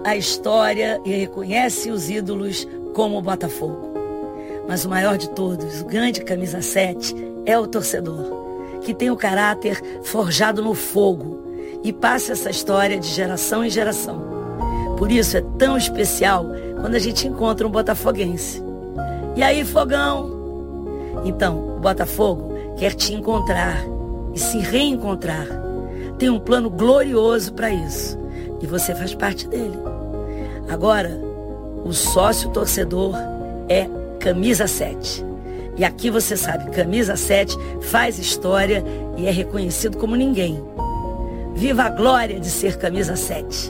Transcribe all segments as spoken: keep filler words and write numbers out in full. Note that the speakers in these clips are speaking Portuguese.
a história e reconhece os ídolos como o Botafogo. Mas o maior de todos, o grande camisa sete, é o torcedor, que tem o caráter forjado no fogo e passa essa história de geração em geração. Por isso é tão especial quando a gente encontra um botafoguense. E aí, Fogão? Então, o Botafogo quer te encontrar e se reencontrar. Tem um plano glorioso para isso. E você faz parte dele. Agora, o sócio torcedor é Camisa sete. E aqui você sabe, Camisa sete faz história e é reconhecido como ninguém. Viva a glória de ser Camisa sete.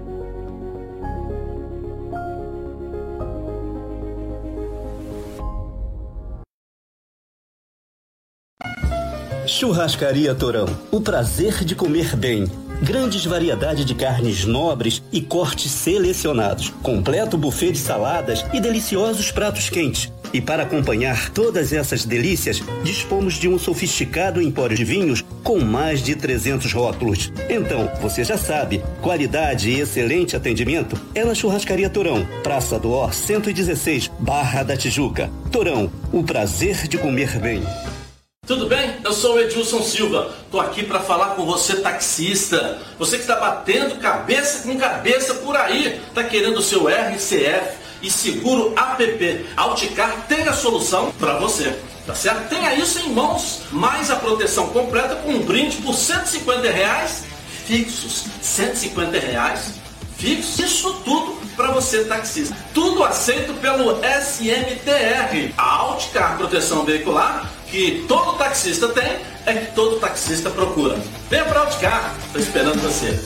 Churrascaria Torão, o prazer de comer bem. Grandes variedade de carnes nobres e cortes selecionados. Completo buffet de saladas e deliciosos pratos quentes. E para acompanhar todas essas delícias, dispomos de um sofisticado empório de vinhos com mais de trezentos rótulos. Então, você já sabe, qualidade e excelente atendimento é na Churrascaria Torão, Praça do Ó cento e dezesseis, Barra da Tijuca. Torão, o prazer de comer bem. Tudo bem? Eu sou o Edilson Silva, tô aqui para falar com você, taxista. Você que está batendo cabeça com cabeça por aí, tá querendo o seu R C F e seguro A P P. A Auticar tem a solução para você, tá certo? Tenha isso em mãos, mais a proteção completa com um brinde por cento e cinquenta reais fixos. cento e cinquenta reais fixos, isso tudo para você, taxista. Tudo aceito pelo S M T R. A Auticar Proteção Veicular, que todo taxista tem, é que todo taxista procura. Venha para Auticar, estou esperando você.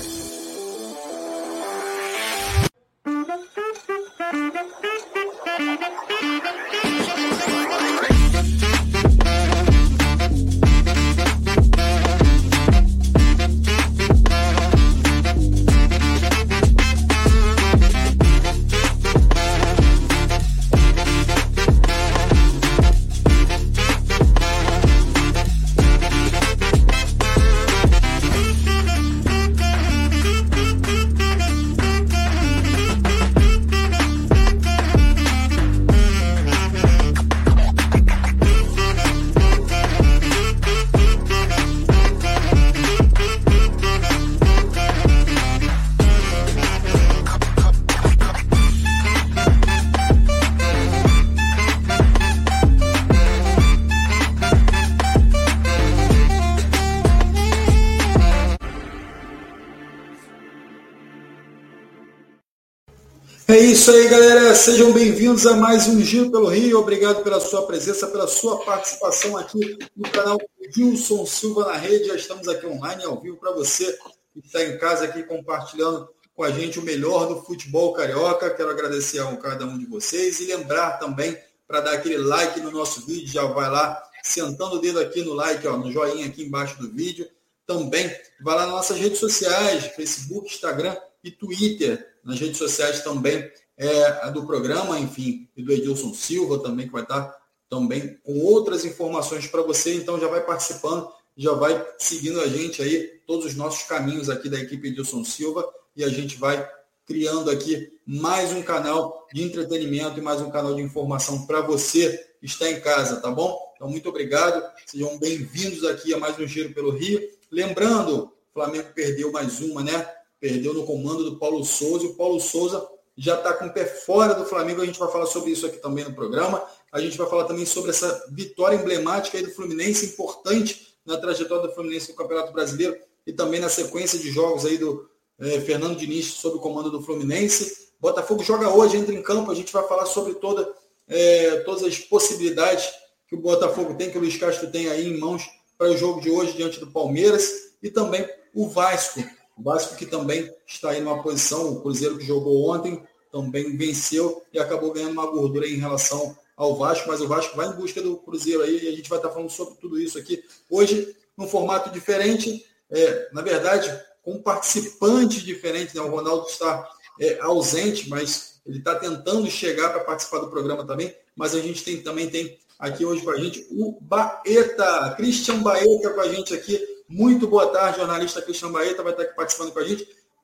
É isso aí, galera. Sejam bem-vindos a mais um Giro pelo Rio. Obrigado pela sua presença, pela sua participação aqui no canal Edilson Silva na Rede. Já estamos aqui online, ao vivo, para você que está em casa aqui compartilhando com a gente o melhor do futebol carioca. Quero agradecer a cada um de vocês e lembrar também para dar aquele like no nosso vídeo. Já vai lá sentando o dedo aqui no like, ó, no joinha aqui embaixo do vídeo. Também vai lá nas nossas redes sociais, Facebook, Instagram e Twitter. Nas redes sociais também é, a do programa, enfim, e do Edilson Silva também, que vai estar também com outras informações para você. Então já vai participando, já vai seguindo a gente aí, todos os nossos caminhos aqui da equipe Edilson Silva, e a gente vai criando aqui mais um canal de entretenimento e mais um canal de informação para você que está em casa, tá bom? Então, muito obrigado, sejam bem-vindos aqui a mais um Giro pelo Rio. Lembrando, o Flamengo perdeu mais uma, né? Perdeu no comando do Paulo Souza, e o Paulo Souza já está com o pé fora do Flamengo. A gente vai falar sobre isso aqui também no programa. A gente vai falar também sobre essa vitória emblemática aí do Fluminense, importante na trajetória do Fluminense no Campeonato Brasileiro e também na sequência de jogos aí do eh, Fernando Diniz sob o comando do Fluminense. Botafogo joga hoje, entra em campo. A gente vai falar sobre toda, eh, todas as possibilidades que o Botafogo tem, que o Luiz Castro tem aí em mãos para o jogo de hoje diante do Palmeiras, e também o Vasco. O Vasco que também está aí numa posição, o Cruzeiro que jogou ontem também venceu e acabou ganhando uma gordura em relação ao Vasco, mas o Vasco vai em busca do Cruzeiro aí, e a gente vai estar falando sobre tudo isso aqui hoje, num formato diferente, é, na verdade, com participantes diferentes, né? O Ronaldo está é, ausente, mas ele está tentando chegar para participar do programa também, mas a gente tem, também tem aqui hoje com a gente o Baeta, Christian Baeta com a gente aqui. Muito boa tarde, jornalista Christian Baeta vai estar aqui participando com a gente.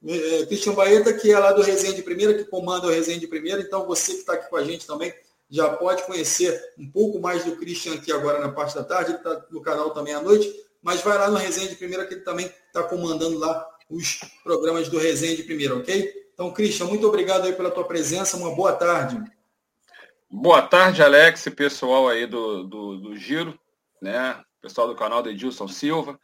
é, Christian Baeta, que é lá do Resenha de Primeira, que comanda o Resenha de Primeira. Então, você que está aqui com a gente também já pode conhecer um pouco mais do Christian aqui agora na parte da tarde. Ele está no canal também à noite, mas vai lá no Resenha de Primeira, que ele também está comandando lá os programas do Resenha de Primeira, ok? Então, Christian, muito obrigado aí pela tua presença. Uma boa tarde. Boa tarde, Alex, pessoal aí do, do, do Giro, né? Pessoal do canal do Edilson Silva.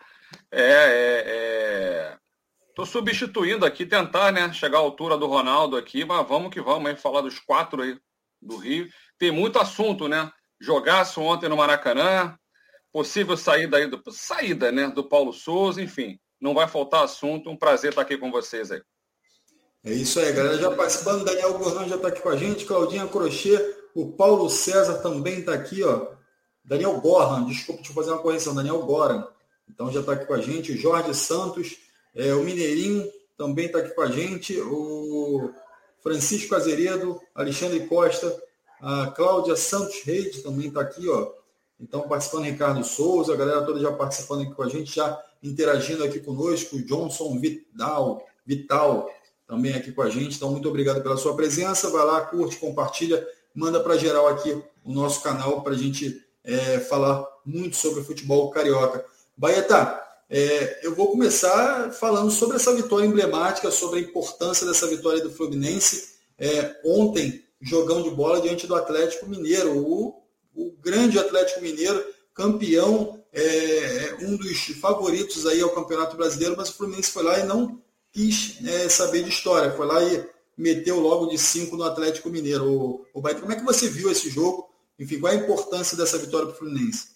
É, estou é, é... substituindo aqui, tentar, né, chegar à altura do Ronaldo aqui, mas vamos que vamos aí falar dos quatro aí do Rio. Tem muito assunto, né? Jogaço ontem no Maracanã, possível saída aí do, saída, né, do Paulo Souza, enfim, não vai faltar assunto. Um prazer estar aqui com vocês aí. É isso aí, galera. Já participando, Daniel Gorrão já está aqui com a gente, Claudinha Crochê, o Paulo César também está aqui, ó. Daniel Gorham, desculpa, deixa eu fazer uma correção, Daniel Goran. Então já está aqui com a gente, o Jorge Santos, é, o Mineirinho também está aqui com a gente, o Francisco Azeredo, Alexandre Costa, a Cláudia Santos Reis também está aqui, ó. Então participando, Ricardo Souza, a galera toda já participando aqui com a gente, já interagindo aqui conosco, o Johnson Vital, Vital também aqui com a gente. Então muito obrigado pela sua presença, vai lá, curte, compartilha, manda para geral aqui o nosso canal para a gente é, falar muito sobre o futebol carioca. Baeta, é, eu vou começar falando sobre essa vitória emblemática, sobre a importância dessa vitória do Fluminense. É, ontem, jogão de bola diante do Atlético Mineiro, o, o grande Atlético Mineiro, campeão, é, um dos favoritos aí ao Campeonato Brasileiro, mas o Fluminense foi lá e não quis é, saber de história, foi lá e meteu logo de cinco no Atlético Mineiro. O, o Baeta, como é que você viu esse jogo? Enfim, qual é a importância dessa vitória para o Fluminense?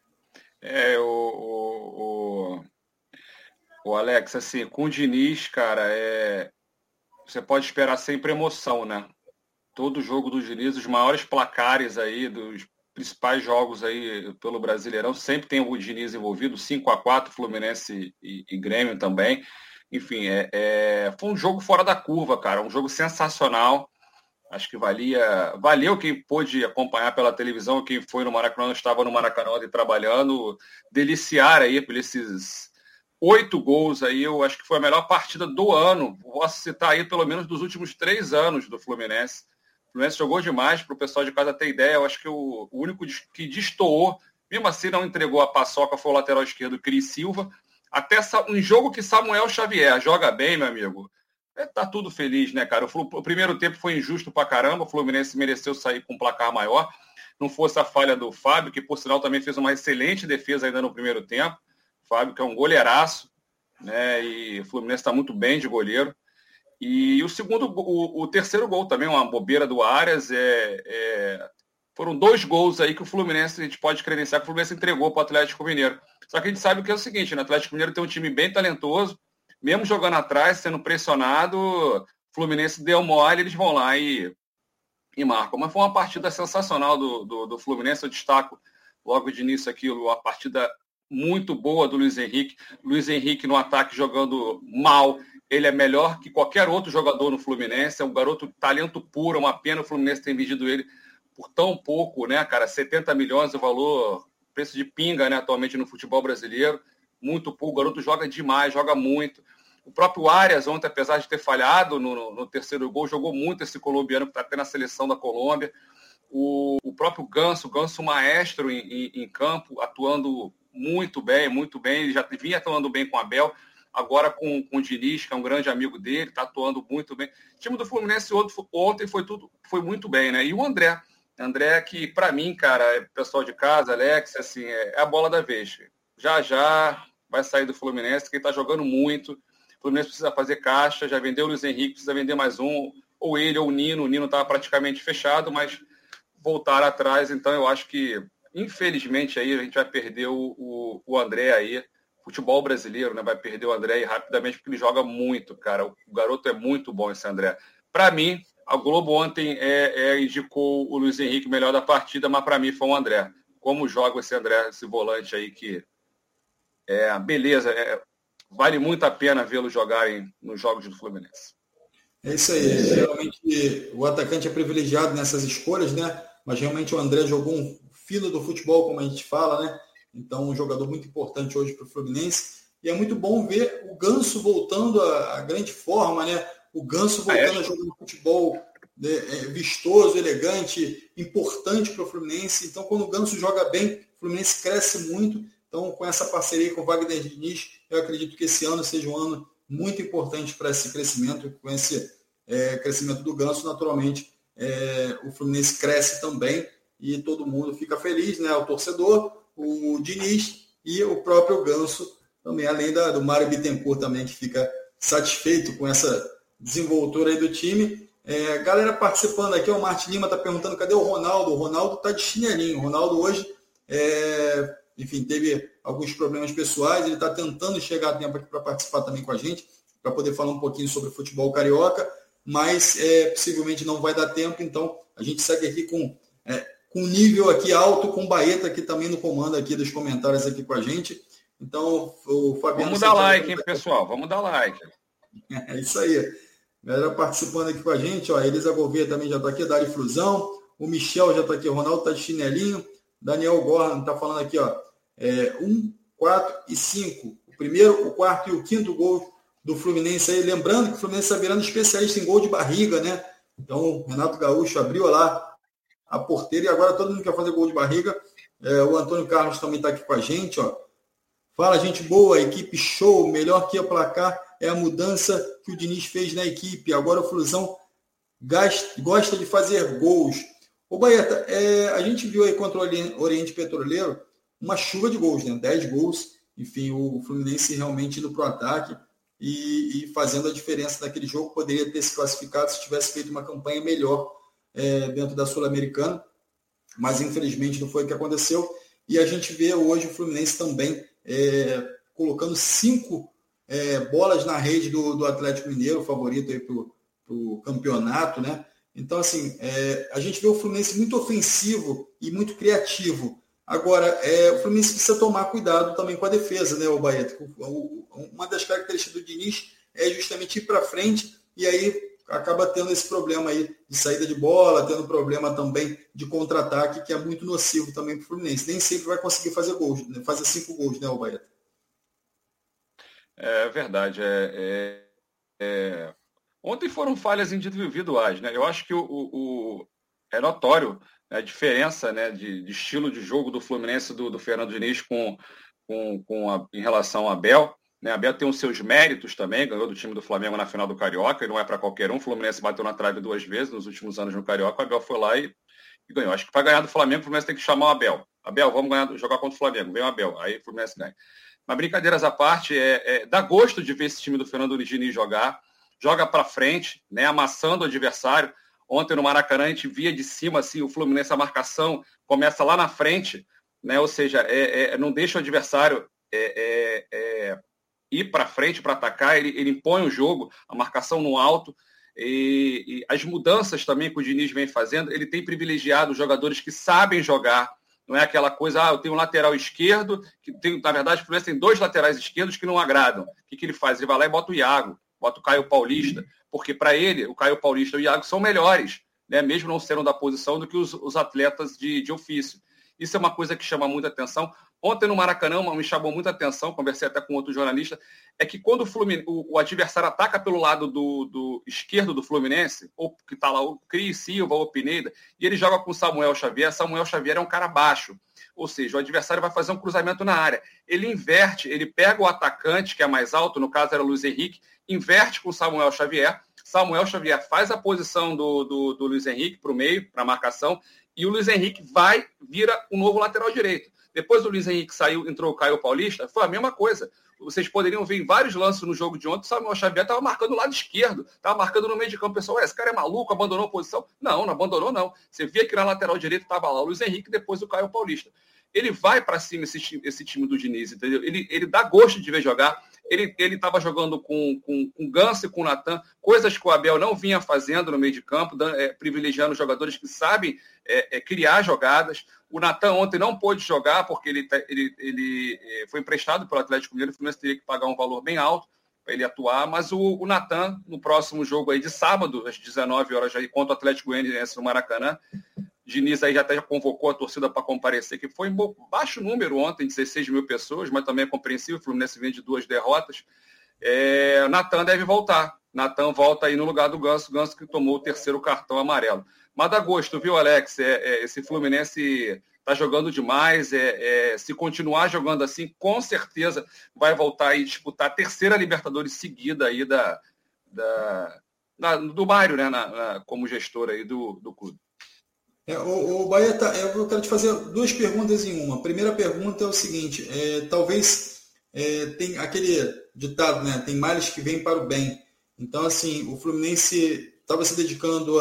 É, o, o, o, o Alex, assim, com o Diniz, cara, é, você pode esperar sempre emoção, né? Todo jogo do Diniz, os maiores placares aí, dos principais jogos aí pelo Brasileirão, sempre tem o Diniz envolvido, cinco a quatro, Fluminense e, e Grêmio também. Enfim, é, é, foi um jogo fora da curva, cara, um jogo sensacional. Acho que valia, valeu quem pôde acompanhar pela televisão, quem foi no Maracanã, estava no Maracanã ontem trabalhando, deliciar aí por esses oito gols aí. Eu acho que foi a melhor partida do ano. Posso citar aí pelo menos dos últimos três anos do Fluminense. O Fluminense jogou demais, para o pessoal de casa ter ideia. Eu acho que o, o único que destoou, mesmo assim não entregou a paçoca, foi o lateral esquerdo, Cris Silva. Até um jogo que Samuel Xavier joga bem, meu amigo. É, tá tudo feliz, né, cara? O, o primeiro tempo foi injusto pra caramba, o Fluminense mereceu sair com um placar maior. Não fosse a falha do Fábio, que por sinal também fez uma excelente defesa ainda no primeiro tempo. Fábio, que é um goleiraço, né? E o Fluminense está muito bem de goleiro. E o segundo, o, o terceiro gol também, uma bobeira do Arias. É, é... Foram dois gols aí que o Fluminense, a gente pode credenciar que o Fluminense entregou para o Atlético Mineiro. Só que a gente sabe que é o seguinte, né? O Atlético Mineiro tem um time bem talentoso, mesmo jogando atrás, sendo pressionado, o Fluminense deu mole, eles vão lá e, e marcam. Mas foi uma partida sensacional do, do, do Fluminense. Eu destaco logo de início aqui uma partida muito boa do Luiz Henrique. Luiz Henrique no ataque jogando mal. Ele é melhor que qualquer outro jogador no Fluminense. É um garoto talento puro. Uma pena o Fluminense ter vendido ele por tão pouco, né, cara? setenta milhões o valor, preço de pinga, né, atualmente no futebol brasileiro. Muito pouco. O garoto joga demais, joga muito. O próprio Arias ontem, apesar de ter falhado no, no, no terceiro gol, jogou muito esse colombiano que está até na seleção da Colômbia. O, o próprio Ganso, Ganso maestro em, em, em campo, atuando muito bem, muito bem. Ele já vinha atuando bem com o Abel, agora com, com o Diniz, que é um grande amigo dele, está atuando muito bem. O time do Fluminense ontem foi, tudo, foi muito bem, né? E o André, André que para mim, cara, pessoal de casa, Alex, assim, é a bola da vez. Já, já vai sair do Fluminense, que ele está jogando muito. O Fluminense precisa fazer caixa, já vendeu o Luiz Henrique, precisa vender mais um, ou ele ou o Nino. O Nino estava praticamente fechado, mas voltar atrás. Então eu acho que, infelizmente, aí a gente vai perder o, o, o André aí, futebol brasileiro, né? Vai perder o André aí rapidamente, porque ele joga muito, cara. O garoto é muito bom, esse André. Para mim, a Globo ontem é, é, indicou o Luiz Henrique melhor da partida, mas para mim foi o André. Como joga esse André, esse volante aí que é beleza, é, vale muito a pena vê-lo jogarem nos jogos do Fluminense. É isso aí. Realmente o atacante é privilegiado nessas escolhas, né? Mas realmente o André jogou um fino do futebol, como a gente fala, né? Então, um jogador muito importante hoje para o Fluminense. e é muito bom ver o Ganso voltando à, à grande forma, né? O Ganso voltando a jogar no futebol, né, é, vistoso, elegante, importante para o Fluminense. Então, quando o Ganso joga bem, o Fluminense cresce muito. Então, com essa parceria com o Wagner Diniz, eu acredito que esse ano seja um ano muito importante para esse crescimento. Com esse é, crescimento do Ganso, naturalmente, é, o Fluminense cresce também e todo mundo fica feliz, né? O torcedor, o Diniz e o próprio Ganso também, além da, do Mário Bittencourt também, que fica satisfeito com essa desenvoltura aí do time. É, galera participando aqui, o Martin Lima está perguntando cadê o Ronaldo? O Ronaldo está de chinelinho. O Ronaldo hoje, é, enfim, teve alguns problemas pessoais, ele está tentando chegar a tempo aqui para participar também com a gente, para poder falar um pouquinho sobre futebol carioca, mas é, possivelmente não vai dar tempo, então a gente segue aqui com, é, com nível aqui alto, com o Baeta aqui também no comando aqui dos comentários aqui com a gente. Então, o Fabiano... Vamos dar like, hein, pessoal? Vamos dar like. É isso aí. Galera participando aqui com a gente, ó, a Elisa Gouveia também já está aqui, Dari Flusão, o Michel já está aqui, o Ronaldo está de chinelinho, Daniel Gorman está falando aqui, ó, é, um, quatro e cinco. O primeiro, o quarto e o quinto gol do Fluminense aí. Lembrando que o Fluminense está virando especialista em gol de barriga, né? Então, o Renato Gaúcho abriu lá a porteira e agora todo mundo quer fazer gol de barriga. É, o Antônio Carlos também está aqui com a gente, ó. Fala, gente boa, equipe show, melhor que o placar é a mudança que o Diniz fez na equipe. Agora o Flusão gasta, gosta de fazer gols. Ô, Baeta, é, a gente viu aí contra o Oriente Petroleiro uma chuva de gols, né? dez gols. Enfim, o Fluminense realmente indo para o ataque e, e fazendo a diferença naquele jogo. Poderia ter se classificado se tivesse feito uma campanha melhor é, dentro da Sul-Americana. Mas, infelizmente, não foi o que aconteceu. E a gente vê hoje o Fluminense também é, colocando cinco é, bolas na rede do, do Atlético Mineiro, favorito aí para o campeonato, né? Então, assim, é, a gente vê o Fluminense muito ofensivo e muito criativo. Agora, é, o Fluminense precisa tomar cuidado também com a defesa, né, o Baeta? Uma das características do Diniz é justamente ir para frente e aí acaba tendo esse problema aí de saída de bola, tendo problema também de contra-ataque, que é muito nocivo também para o Fluminense. Nem sempre vai conseguir fazer gols, né? Fazer cinco gols, né, o Baeta? É verdade. É, é, é... Ontem foram falhas individuais, né? Eu acho que o, o, o... é notório a diferença, né, de, de estilo de jogo do Fluminense do, do Fernando Diniz com, com, com a, em relação a Abel. Né? Abel tem os seus méritos também, ganhou do time do Flamengo na final do Carioca, e não é para qualquer um. O Fluminense bateu na trave duas vezes nos últimos anos no Carioca, o Abel foi lá e, e ganhou. Acho que para ganhar do Flamengo, o Fluminense tem que chamar o Abel. Abel, vamos ganhar, jogar contra o Flamengo, vem o Abel, aí o Fluminense ganha. Mas brincadeiras à parte, é, é, dá gosto de ver esse time do Fernando Diniz jogar, joga para frente, né, amassando o adversário. Ontem no Maracanã a gente via de cima assim, o Fluminense, a marcação começa lá na frente, né? Ou seja, é, é, não deixa o adversário é, é, é, ir para frente para atacar, ele, ele impõe o jogo, a marcação no alto, e, e as mudanças também que o Diniz vem fazendo, ele tem privilegiado os jogadores que sabem jogar, não é aquela coisa, ah, eu tenho um lateral esquerdo, que tem, na verdade o Fluminense tem dois laterais esquerdos que não agradam. O que, que ele faz? Ele vai lá e bota o Iago, bota o Caio Paulista, porque para ele, o Caio Paulista e o Iago são melhores, né, mesmo não sendo da posição, do que os, os atletas de, de ofício. Isso é uma coisa que chama muita atenção. Ontem no Maracanã me chamou muita atenção, conversei até com outro jornalista, é que quando o, Fluminense, o, o adversário ataca pelo lado do, do esquerdo do Fluminense, ou que está lá o Cris Silva ou o Pineda, e ele joga com o Samuel Xavier, Samuel Xavier é um cara baixo, ou seja, o adversário vai fazer um cruzamento na área. Ele inverte, ele pega o atacante, que é mais alto, no caso era o Luiz Henrique, inverte com o Samuel Xavier, Samuel Xavier faz a posição do, do, do Luiz Henrique para o meio, para a marcação, e o Luiz Henrique vai, vira o novo lateral direito. Depois do Luiz Henrique saiu, entrou o Caio Paulista, foi a mesma coisa. Vocês poderiam ver em vários lances no jogo de ontem, o Samuel Xavier estava marcando o lado esquerdo, estava marcando no meio de campo. Pessoal, esse cara é maluco, abandonou a posição? Não, não abandonou não. Você via que na lateral direita estava lá o Luiz Henrique, depois o Caio Paulista. Ele vai para cima, esse time, esse time do Diniz, entendeu? Ele, ele dá gosto de ver jogar. Ele estava jogando com, com, com o Ganso e com o Natan, coisas que o Abel não vinha fazendo no meio de campo, dando, é, privilegiando jogadores que sabem é, é, criar jogadas. O Natan ontem não pôde jogar porque ele, ele, ele é, foi emprestado pelo Atlético Mineiro, o Fluminense teria que pagar um valor bem alto para ele atuar, mas o, o Natan, no próximo jogo aí de sábado, às dezenove horas, aí, contra o Atlético Goianiense no Maracanã, Diniz aí já até já convocou a torcida para comparecer, que foi em baixo número ontem, dezesseis mil pessoas, mas também é compreensível, o Fluminense vem de duas derrotas. É, Natan deve voltar. Natan volta aí no lugar do Ganso, Ganso que tomou o terceiro cartão amarelo. Mas dá gosto, viu, Alex? É, é, esse Fluminense está jogando demais. É, é, se continuar jogando assim, com certeza vai voltar aí disputar a terceira Libertadores seguida aí da, da, da, do Mário, né, na, na, como gestor aí do, do clube. É, o, o Bahia, tá, eu quero te fazer duas perguntas em uma. A primeira pergunta é o seguinte, é, talvez é, tem aquele ditado, né? Tem males que vêm para o bem. Então, assim, o Fluminense estava se dedicando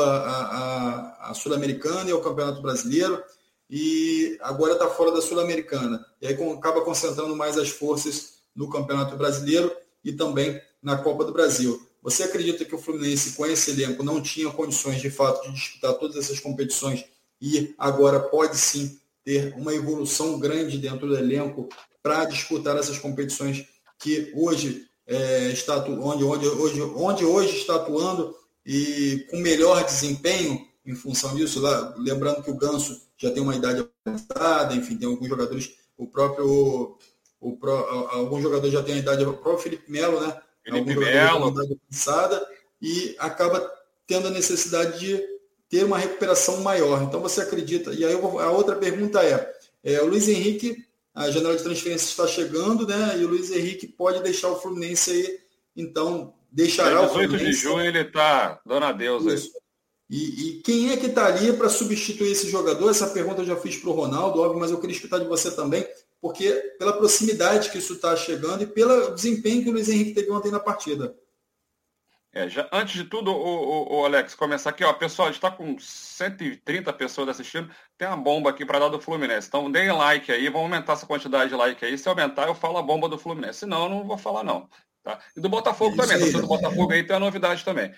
à Sul-Americana e ao Campeonato Brasileiro e agora está fora da Sul-Americana. E aí acaba concentrando mais as forças no Campeonato Brasileiro e também na Copa do Brasil. Você acredita que o Fluminense, com esse elenco, não tinha condições, de fato, de disputar todas essas competições e agora pode sim ter uma evolução grande dentro do elenco para disputar essas competições que hoje, é, está atu... onde, onde, hoje, onde hoje está atuando e com melhor desempenho em função disso? Lá, lembrando que o Ganso já tem uma idade avançada, enfim, tem alguns jogadores, o próprio, o pro, alguns jogadores já têm a idade, o próprio Felipe Melo, né? Felipe Melo. Avançada, e acaba tendo a necessidade de ter uma recuperação maior. Então você acredita? E aí vou, a outra pergunta é, é, o Luiz Henrique, a janela de transferência está chegando, né? E o Luiz Henrique pode deixar o Fluminense aí, então deixará é, o Fluminense. dezoito de junho ele está dando adeus aí. E, e quem é que está ali para substituir esse jogador? Essa pergunta eu já fiz para o Ronaldo, óbvio, mas eu queria escutar de você também, porque pela proximidade que isso está chegando e pelo desempenho que o Luiz Henrique teve ontem na partida. É, já, antes de tudo, o, o, o Alex, começar aqui, ó, pessoal, a gente está com cento e trinta pessoas assistindo, tem uma bomba aqui para dar do Fluminense, então deem like aí, vamos aumentar essa quantidade de like aí, se aumentar eu falo a bomba do Fluminense, senão eu não vou falar não, tá? E do Botafogo também, aí, do Botafogo aí tem a novidade também.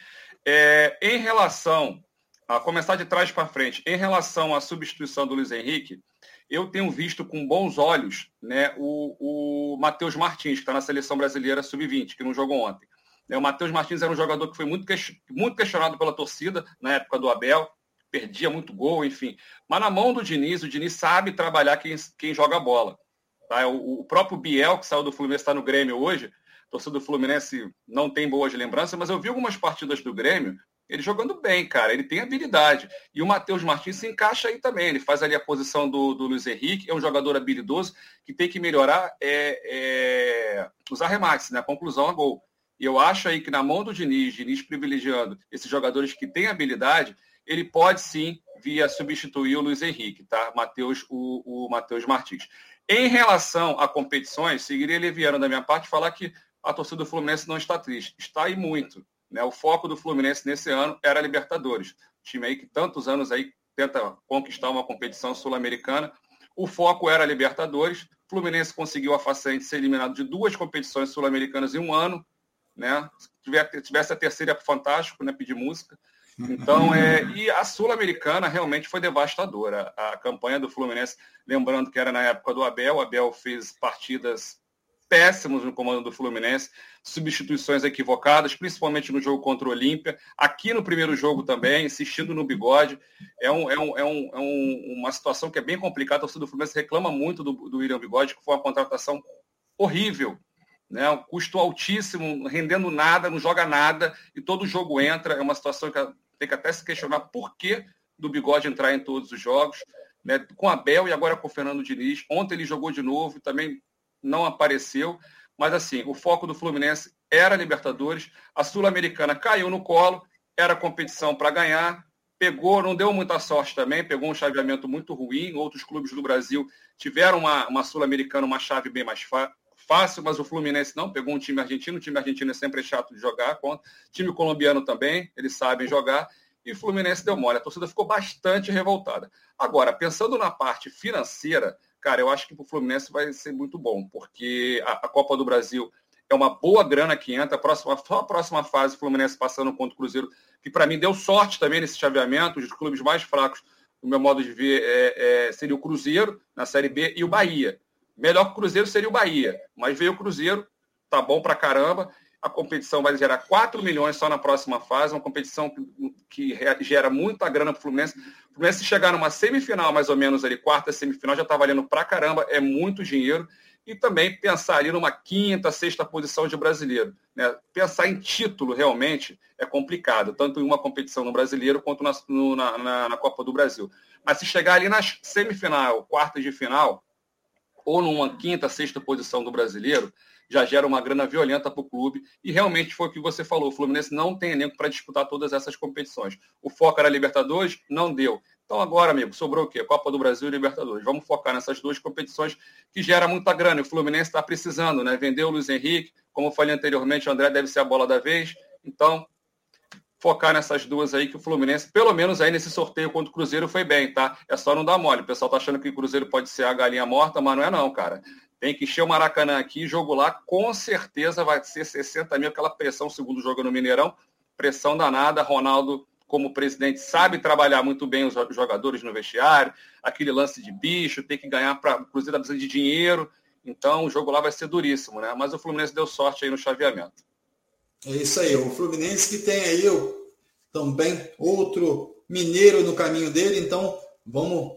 É, em relação, a começar de trás para frente, em relação à substituição do Luiz Henrique, eu tenho visto com bons olhos, né, o, o Matheus Martins, que está na Seleção Brasileira sub vinte, que não jogou ontem. O Matheus Martins era um jogador que foi muito, muito questionado pela torcida na época do Abel, perdia muito gol, enfim. Mas na mão do Diniz, o Diniz sabe trabalhar quem, quem joga bola. Tá? O, o próprio Biel, que saiu do Fluminense, está no Grêmio hoje, a torcida do Fluminense não tem boas lembranças, mas eu vi algumas partidas do Grêmio, ele jogando bem, cara, ele tem habilidade. E o Matheus Martins se encaixa aí também, ele faz ali a posição do, do Luiz Henrique, é um jogador habilidoso que tem que melhorar é, é, os arremates, né? A conclusão a gol. E eu acho aí que na mão do Diniz, Diniz privilegiando esses jogadores que têm habilidade, ele pode sim vir a substituir o Luiz Henrique, tá? Mateus, o, o Matheus Martins. Em relação a competições, seguiria aliviando da minha parte falar que a torcida do Fluminense não está triste. Está aí muito. Né? O foco do Fluminense nesse ano era a Libertadores. O time aí que tantos anos aí tenta conquistar uma competição sul-americana. O foco era a Libertadores. O Fluminense conseguiu a façanha de ser eliminado de duas competições sul-americanas em um ano. Né? Se tivesse a terceira é fantástico, né? Pedir música. Então, é, e a Sul-Americana realmente foi devastadora. A campanha do Fluminense, lembrando que era na época do Abel, o Abel fez partidas péssimas no comando do Fluminense, substituições equivocadas, principalmente no jogo contra o Olímpia, aqui no primeiro jogo também, insistindo no Bigode. É, um, é, um, é, um, é um, uma situação que é bem complicada. A torcida do Fluminense reclama muito do, do William Bigode, que foi uma contratação horrível. Né, um custo altíssimo, rendendo nada, não joga nada, e todo jogo entra. É uma situação que tem que até se questionar por que do Bigode entrar em todos os jogos, né, com Abel e agora com o Fernando Diniz. Ontem ele jogou de novo, também não apareceu, mas assim, o foco do Fluminense era a Libertadores, a Sul-Americana caiu no colo, era competição para ganhar, pegou, não deu muita sorte também, pegou um chaveamento muito ruim, outros clubes do Brasil tiveram uma, uma Sul-Americana, uma chave bem mais fácil, fácil, mas o Fluminense não, pegou um time argentino, o time argentino é sempre chato de jogar, contra. Time colombiano também, eles sabem jogar, e o Fluminense deu mole, a torcida ficou bastante revoltada. Agora, pensando na parte financeira, cara, eu acho que para o Fluminense vai ser muito bom, porque a, a Copa do Brasil é uma boa grana que entra, a próxima, só a próxima fase, o Fluminense passando contra o Cruzeiro, que para mim deu sorte também nesse chaveamento, os clubes mais fracos, no meu modo de ver, é, é, seria o Cruzeiro na Série B e o Bahia. Melhor que o Cruzeiro seria o Bahia, mas veio o Cruzeiro, tá bom pra caramba. a competição vai gerar quatro milhões só na próxima fase, uma competição que, que gera muita grana para o Fluminense. O Fluminense, se chegar numa semifinal, mais ou menos ali, quarta semifinal, já está valendo pra caramba, é muito dinheiro. E também pensar ali numa quinta, sexta posição de brasileiro. Né? Pensar em título, realmente, é complicado, tanto em uma competição no brasileiro quanto na, no, na, na, na Copa do Brasil. Mas se chegar ali na semifinal, quarta de final, ou numa quinta, sexta posição do brasileiro, já gera uma grana violenta para o clube, e realmente foi o que você falou, o Fluminense não tem elenco para disputar todas essas competições. O foco era Libertadores, não deu. Então agora, amigo, sobrou o quê? Copa do Brasil e Libertadores. Vamos focar nessas duas competições que geram muita grana, e o Fluminense está precisando, né? Vendeu o Luiz Henrique, como eu falei anteriormente, o André deve ser a bola da vez, então focar nessas duas aí, que o Fluminense, pelo menos aí nesse sorteio contra o Cruzeiro, foi bem, tá? É só não dar mole. O pessoal tá achando que o Cruzeiro pode ser a galinha morta, mas não é não, cara. Tem que encher o Maracanã aqui, jogo lá, com certeza vai ser sessenta mil, aquela pressão, segundo jogo no Mineirão, pressão danada. Ronaldo, como presidente, sabe trabalhar muito bem os jogadores no vestiário, aquele lance de bicho, tem que ganhar para o Cruzeiro, precisa de dinheiro, então o jogo lá vai ser duríssimo, né? Mas o Fluminense deu sorte aí no chaveamento. É isso aí, o Fluminense que tem aí o, também outro mineiro no caminho dele, então vamos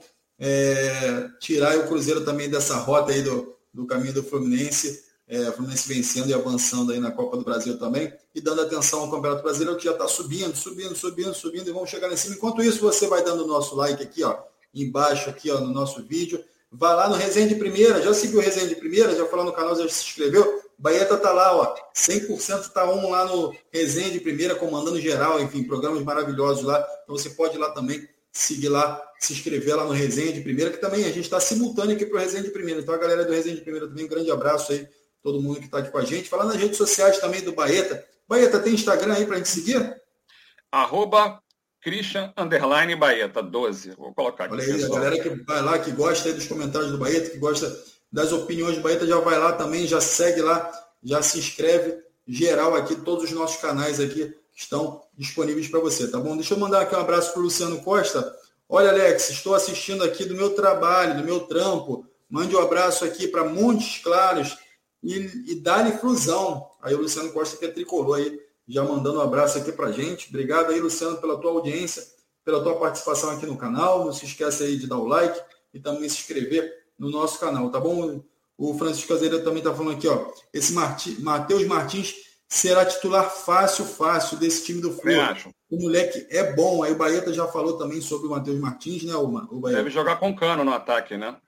é, tirar o Cruzeiro também dessa rota aí do do caminho do Fluminense, é, o Fluminense vencendo e avançando aí na Copa do Brasil também, e dando atenção ao Campeonato Brasileiro, que já está subindo, subindo, subindo, subindo, e vamos chegar lá em cima. Enquanto isso, você vai dando o nosso like aqui, ó, embaixo aqui, ó, no nosso vídeo. Vai lá no Resenha de Primeira, já seguiu o Resenha de Primeira, já falou no canal, já se inscreveu. Baeta tá lá, ó, cem por cento tá um lá no Resenha de Primeira, comandando geral, enfim, programas maravilhosos lá. Então você pode ir lá também, seguir lá, se inscrever lá no Resenha de Primeira, que também a gente está simultâneo aqui para o Resenha de Primeira. Então a galera do Resenha de Primeira também, um grande abraço aí, todo mundo que está aqui com a gente. Falar nas redes sociais também do Baeta. Baeta, tem Instagram aí para a gente seguir? Arroba Christian Underline Baeta, doze. Vou colocar aqui. Olha aí, a galera que vai lá, que gosta aí dos comentários do Baeta, que gosta das opiniões do Baeta, já vai lá também, já segue lá, já se inscreve. Geral aqui, todos os nossos canais aqui estão disponíveis para você, tá bom? Deixa eu mandar aqui um abraço para o Luciano Costa. Olha, Alex, estou assistindo aqui do meu trabalho, do meu trampo. Mande um abraço aqui para Montes Claros e, e dá-lhe Flusão. Aí o Luciano Costa, que é tricolor aí, já mandando um abraço aqui para a gente. Obrigado aí, Luciano, pela tua audiência, pela tua participação aqui no canal. Não se esquece aí de dar o like e também se inscrever no nosso canal, tá bom? O Francisco Azevedo também está falando aqui, ó. Esse Marti, Matheus Martins será titular fácil, fácil desse time do Flu. O moleque é bom. Aí o Baeta já falou também sobre o Matheus Martins, né, o, o Baeta? Deve jogar com Cano no ataque, né?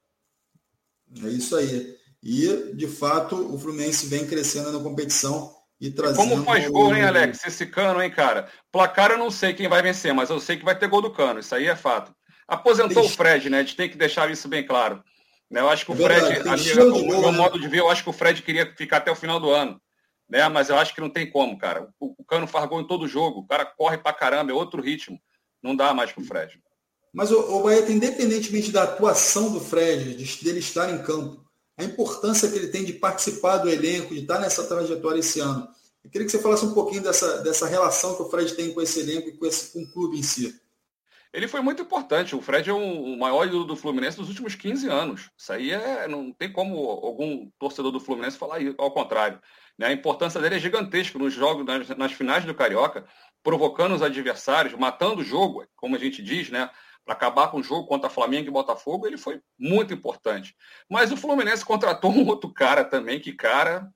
É isso aí. E, de fato, o Fluminense vem crescendo na competição e trazendo... Como faz gol, hein, Alex? Esse Cano, hein, cara? Placar eu não sei quem vai vencer, mas eu sei que vai ter gol do Cano. Isso aí é fato. Aposentou Deixa... o Fred, né? A gente tem que deixar isso bem claro. Eu acho que o é Fred, a minha, o meu né? modo de ver, eu acho que o Fred queria ficar até o final do ano. Né? Mas eu acho que não tem como, cara. O, o Cano faz gol em todo jogo. O cara corre pra caramba, é outro ritmo. Não dá mais pro Fred. Mas o, o Baeta, independentemente da atuação do Fred, de, dele estar em campo, a importância que ele tem de participar do elenco, de estar nessa trajetória esse ano. Eu queria que você falasse um pouquinho dessa, dessa relação que o Fred tem com esse elenco e com, esse, com o clube em si. Ele foi muito importante. O Fred é um, o maior ídolo do Fluminense dos últimos quinze anos. Isso aí é, não tem como algum torcedor do Fluminense falar ao contrário. A importância dele é gigantesca nos jogos, nas, nas finais do Carioca, provocando os adversários, matando o jogo, como a gente diz, né? Para acabar com o jogo contra Flamengo e Botafogo, ele foi muito importante. Mas o Fluminense contratou um outro cara também, que cara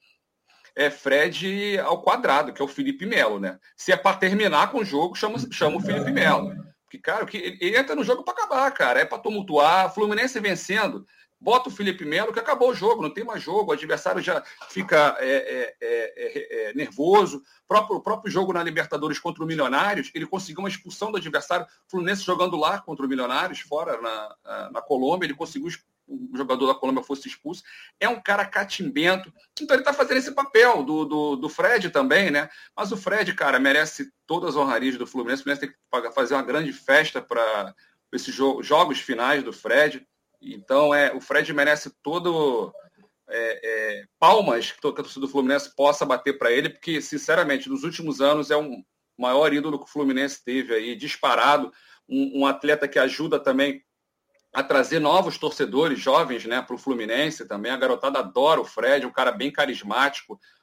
é Fred ao quadrado, que é o Felipe Melo, né? Se é para terminar com o jogo, chama, chama o Felipe Melo. Porque, cara, ele, ele entra no jogo para acabar, cara. É para tumultuar. Fluminense vencendo. Bota o Felipe Melo, que acabou o jogo, não tem mais jogo, o adversário já fica é, é, é, é, nervoso. O próprio, o próprio jogo na Libertadores contra o Milionários, ele conseguiu uma expulsão do adversário. O Fluminense jogando lá contra o Milionários, fora na, na Colômbia, ele conseguiu que o jogador da Colômbia fosse expulso. É um cara catimbento. Então ele está fazendo esse papel do, do, do Fred também, né? Mas o Fred, cara, merece todas as honrarias do Fluminense. O Fluminense tem que fazer uma grande festa para esses jo- jogos finais do Fred. Então, é, o Fred merece todo é, é, palmas que a torcida do Fluminense possa bater para ele, porque, sinceramente, nos últimos anos é um maior ídolo que o Fluminense teve aí, disparado, um, um atleta que ajuda também a trazer novos torcedores jovens, né, para o Fluminense também. A garotada adora o Fred, um cara bem carismático,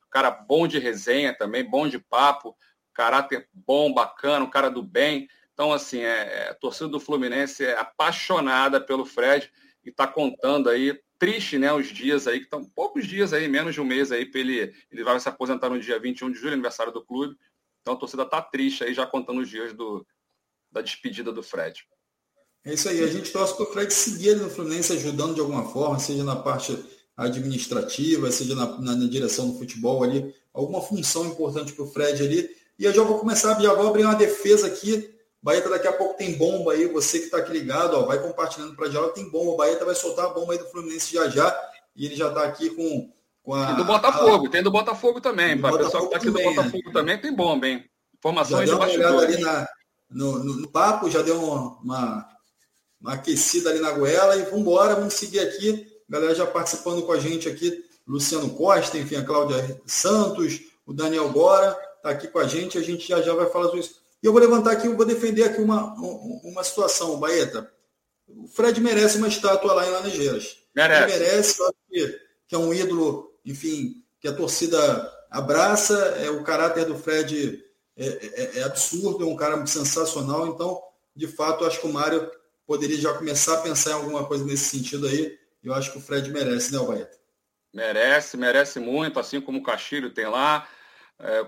cara bom de resenha também, bom de papo, caráter bom, bacana, um cara do bem. Então, assim, é, a torcida do Fluminense é apaixonada pelo Fred e está contando aí, triste, né, os dias aí, que estão poucos dias aí, menos de um mês aí, para ele, ele vai se aposentar no dia vinte e um de julho, aniversário do clube. Então, a torcida está triste aí, já contando os dias do, da despedida do Fred. É isso aí, a gente torce para o Fred seguir ele no Fluminense, ajudando de alguma forma, seja na parte administrativa, seja na, na, na direção do futebol ali, alguma função importante para o Fred ali. E eu já vou começar, já vou abrir uma defesa aqui. Baeta daqui a pouco tem bomba aí, você que está aqui ligado, ó, vai compartilhando para geral, tem bomba. O Baeta vai soltar a bomba aí do Fluminense já já, e ele já está aqui com, com a... E do Botafogo, a... tem do Botafogo também, para o pessoal que está aqui também, do Botafogo, né? Também tem bomba, hein? Informações já de bastidores. Já deu uma olhada ali na, no, no, no papo, já deu uma, uma, uma aquecida ali na goela, e vamos embora, vamos seguir aqui, a galera já participando com a gente aqui, Luciano Costa, enfim, a Cláudia Santos, o Daniel Bora, está aqui com a gente, a gente já já vai falar sobre isso. E eu vou levantar aqui, eu vou defender aqui uma, uma situação, Baeta. O Fred merece uma estátua lá em Laranjeiras. Merece. Ele merece, eu acho que, que é um ídolo, enfim, que a torcida abraça, é, o caráter do Fred é, é, é absurdo, é um cara sensacional, então, de fato, eu acho que o Mário poderia já começar a pensar em alguma coisa nesse sentido aí, eu acho que o Fred merece, né, Baeta? Merece, merece muito, assim como o Castilho tem lá, É,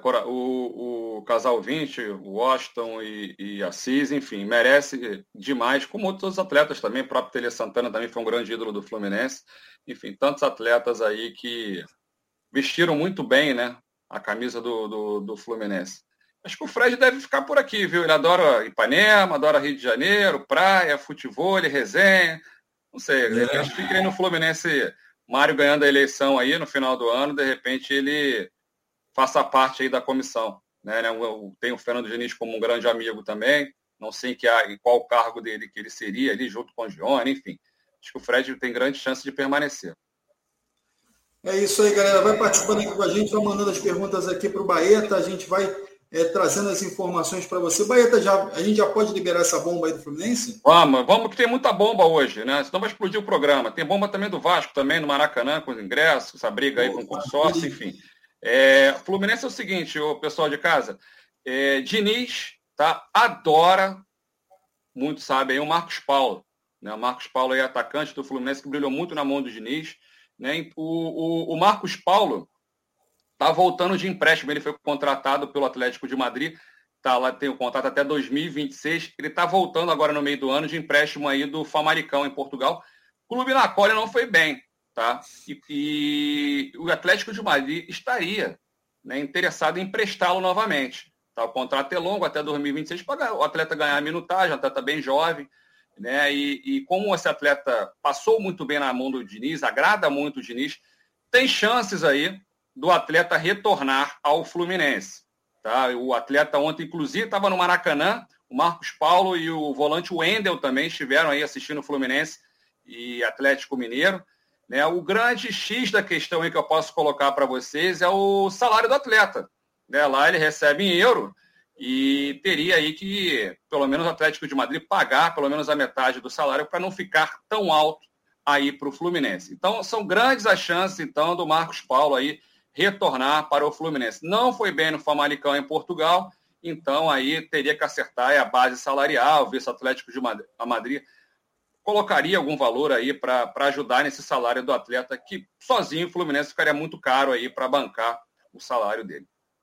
o, o casal vinte, o Washington e, e Assis, enfim, merece demais, como outros atletas também, o próprio Tele Santana também foi um grande ídolo do Fluminense, enfim, tantos atletas aí que vestiram muito bem, né, a camisa do, do, do Fluminense. Acho que o Fred deve ficar por aqui, viu? Ele adora Ipanema, adora Rio de Janeiro, praia, futebol, resenha, não sei, de repente fica aí no Fluminense, Mário ganhando a eleição aí no final do ano, de repente ele faça parte aí da comissão, né? Tem o Fernando Diniz como um grande amigo também, não sei em, que, em qual cargo dele que ele seria ali, junto com o Gione, enfim. Acho que o Fred tem grande chance de permanecer. É isso aí, galera. Vai participando aqui com a gente, vai mandando as perguntas aqui para o Baeta, a gente vai é, trazendo as informações para você. Baeta, já, a gente já pode liberar essa bomba aí do Fluminense? Vamos, vamos que tem muita bomba hoje, né? Senão vai explodir o programa. Tem bomba também do Vasco, também no Maracanã, com os ingressos, essa briga aí com o consórcio, enfim. É, Fluminense é o seguinte, o pessoal de casa, é, Diniz, tá, adora, muitos sabem, aí, o Marcos Paulo, né? O Marcos Paulo é atacante do Fluminense que brilhou muito na mão do Diniz, né? O, o, o Marcos Paulo tá voltando de empréstimo, ele foi contratado pelo Atlético de Madrid, tá lá, tem o contrato até dois mil e vinte e seis, ele tá voltando agora no meio do ano de empréstimo aí do Famalicão em Portugal, o clube na qual ele não foi bem. Tá? E, e o Atlético de Madrid estaria, né, interessado em emprestá-lo novamente. Tá? O contrato é longo até dois mil e vinte e seis para o atleta ganhar a minutagem, o atleta bem jovem. Né? E, e como esse atleta passou muito bem na mão do Diniz, agrada muito o Diniz, tem chances aí do atleta retornar ao Fluminense. Tá? O atleta ontem, inclusive, estava no Maracanã, o Marcos Paulo e o volante Wendel também estiveram aí assistindo o Fluminense e Atlético Mineiro. Né, o grande X da questão aí que eu posso colocar para vocês é o salário do atleta. Né, lá ele recebe em euro e teria aí que, pelo menos o Atlético de Madrid, pagar pelo menos a metade do salário para não ficar tão alto aí para o Fluminense. Então, são grandes as chances, então, do Marcos Paulo aí retornar para o Fluminense. Não foi bem no Famalicão em Portugal, então aí teria que acertar a base salarial, ver se o Atlético de Madrid colocaria algum valor aí para ajudar nesse salário do atleta, que sozinho o Fluminense ficaria muito caro aí para bancar o salário dele.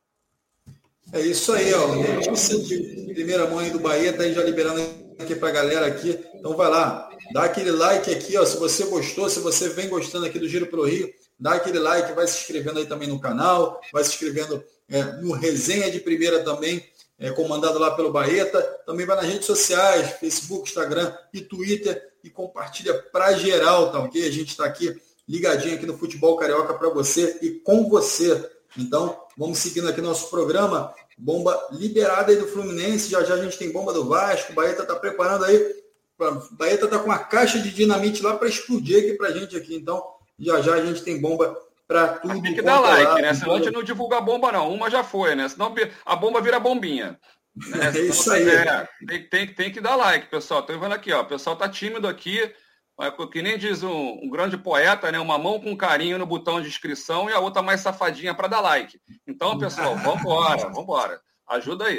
É isso aí, ó. Notícia de primeira mão aí do Bahia, tá aí já liberando aqui para a galera aqui. Então vai lá, dá aquele like aqui, ó. Se você gostou, se você vem gostando aqui do Giro pelo Rio, dá aquele like, vai se inscrevendo aí também no canal, vai se inscrevendo é, no Resenha de Primeira também, é, comandado lá pelo Baeta. Também vai nas redes sociais, Facebook, Instagram e Twitter, e compartilha para geral, tá ok? A gente está aqui ligadinho aqui no Futebol Carioca para você e com você. Então, vamos seguindo aqui nosso programa. Bomba liberada aí do Fluminense, já já a gente tem bomba do Vasco, o Baeta está preparando aí, o Baeta está com uma caixa de dinamite lá para explodir aqui para a gente aqui, então já já a gente tem bomba para tudo. Tem que dar like, né? Senão a gente não divulga a bomba não, uma já foi, né? Senão a bomba vira bombinha. Né? É isso aí. É, tem, tem, tem que dar like, pessoal. Estou vendo aqui, ó. O pessoal tá tímido aqui, Mas, que nem diz um, um grande poeta, né? Uma mão com carinho no botão de inscrição e a outra mais safadinha para dar like. Então, pessoal, vamos embora, vamos embora. Ajuda aí.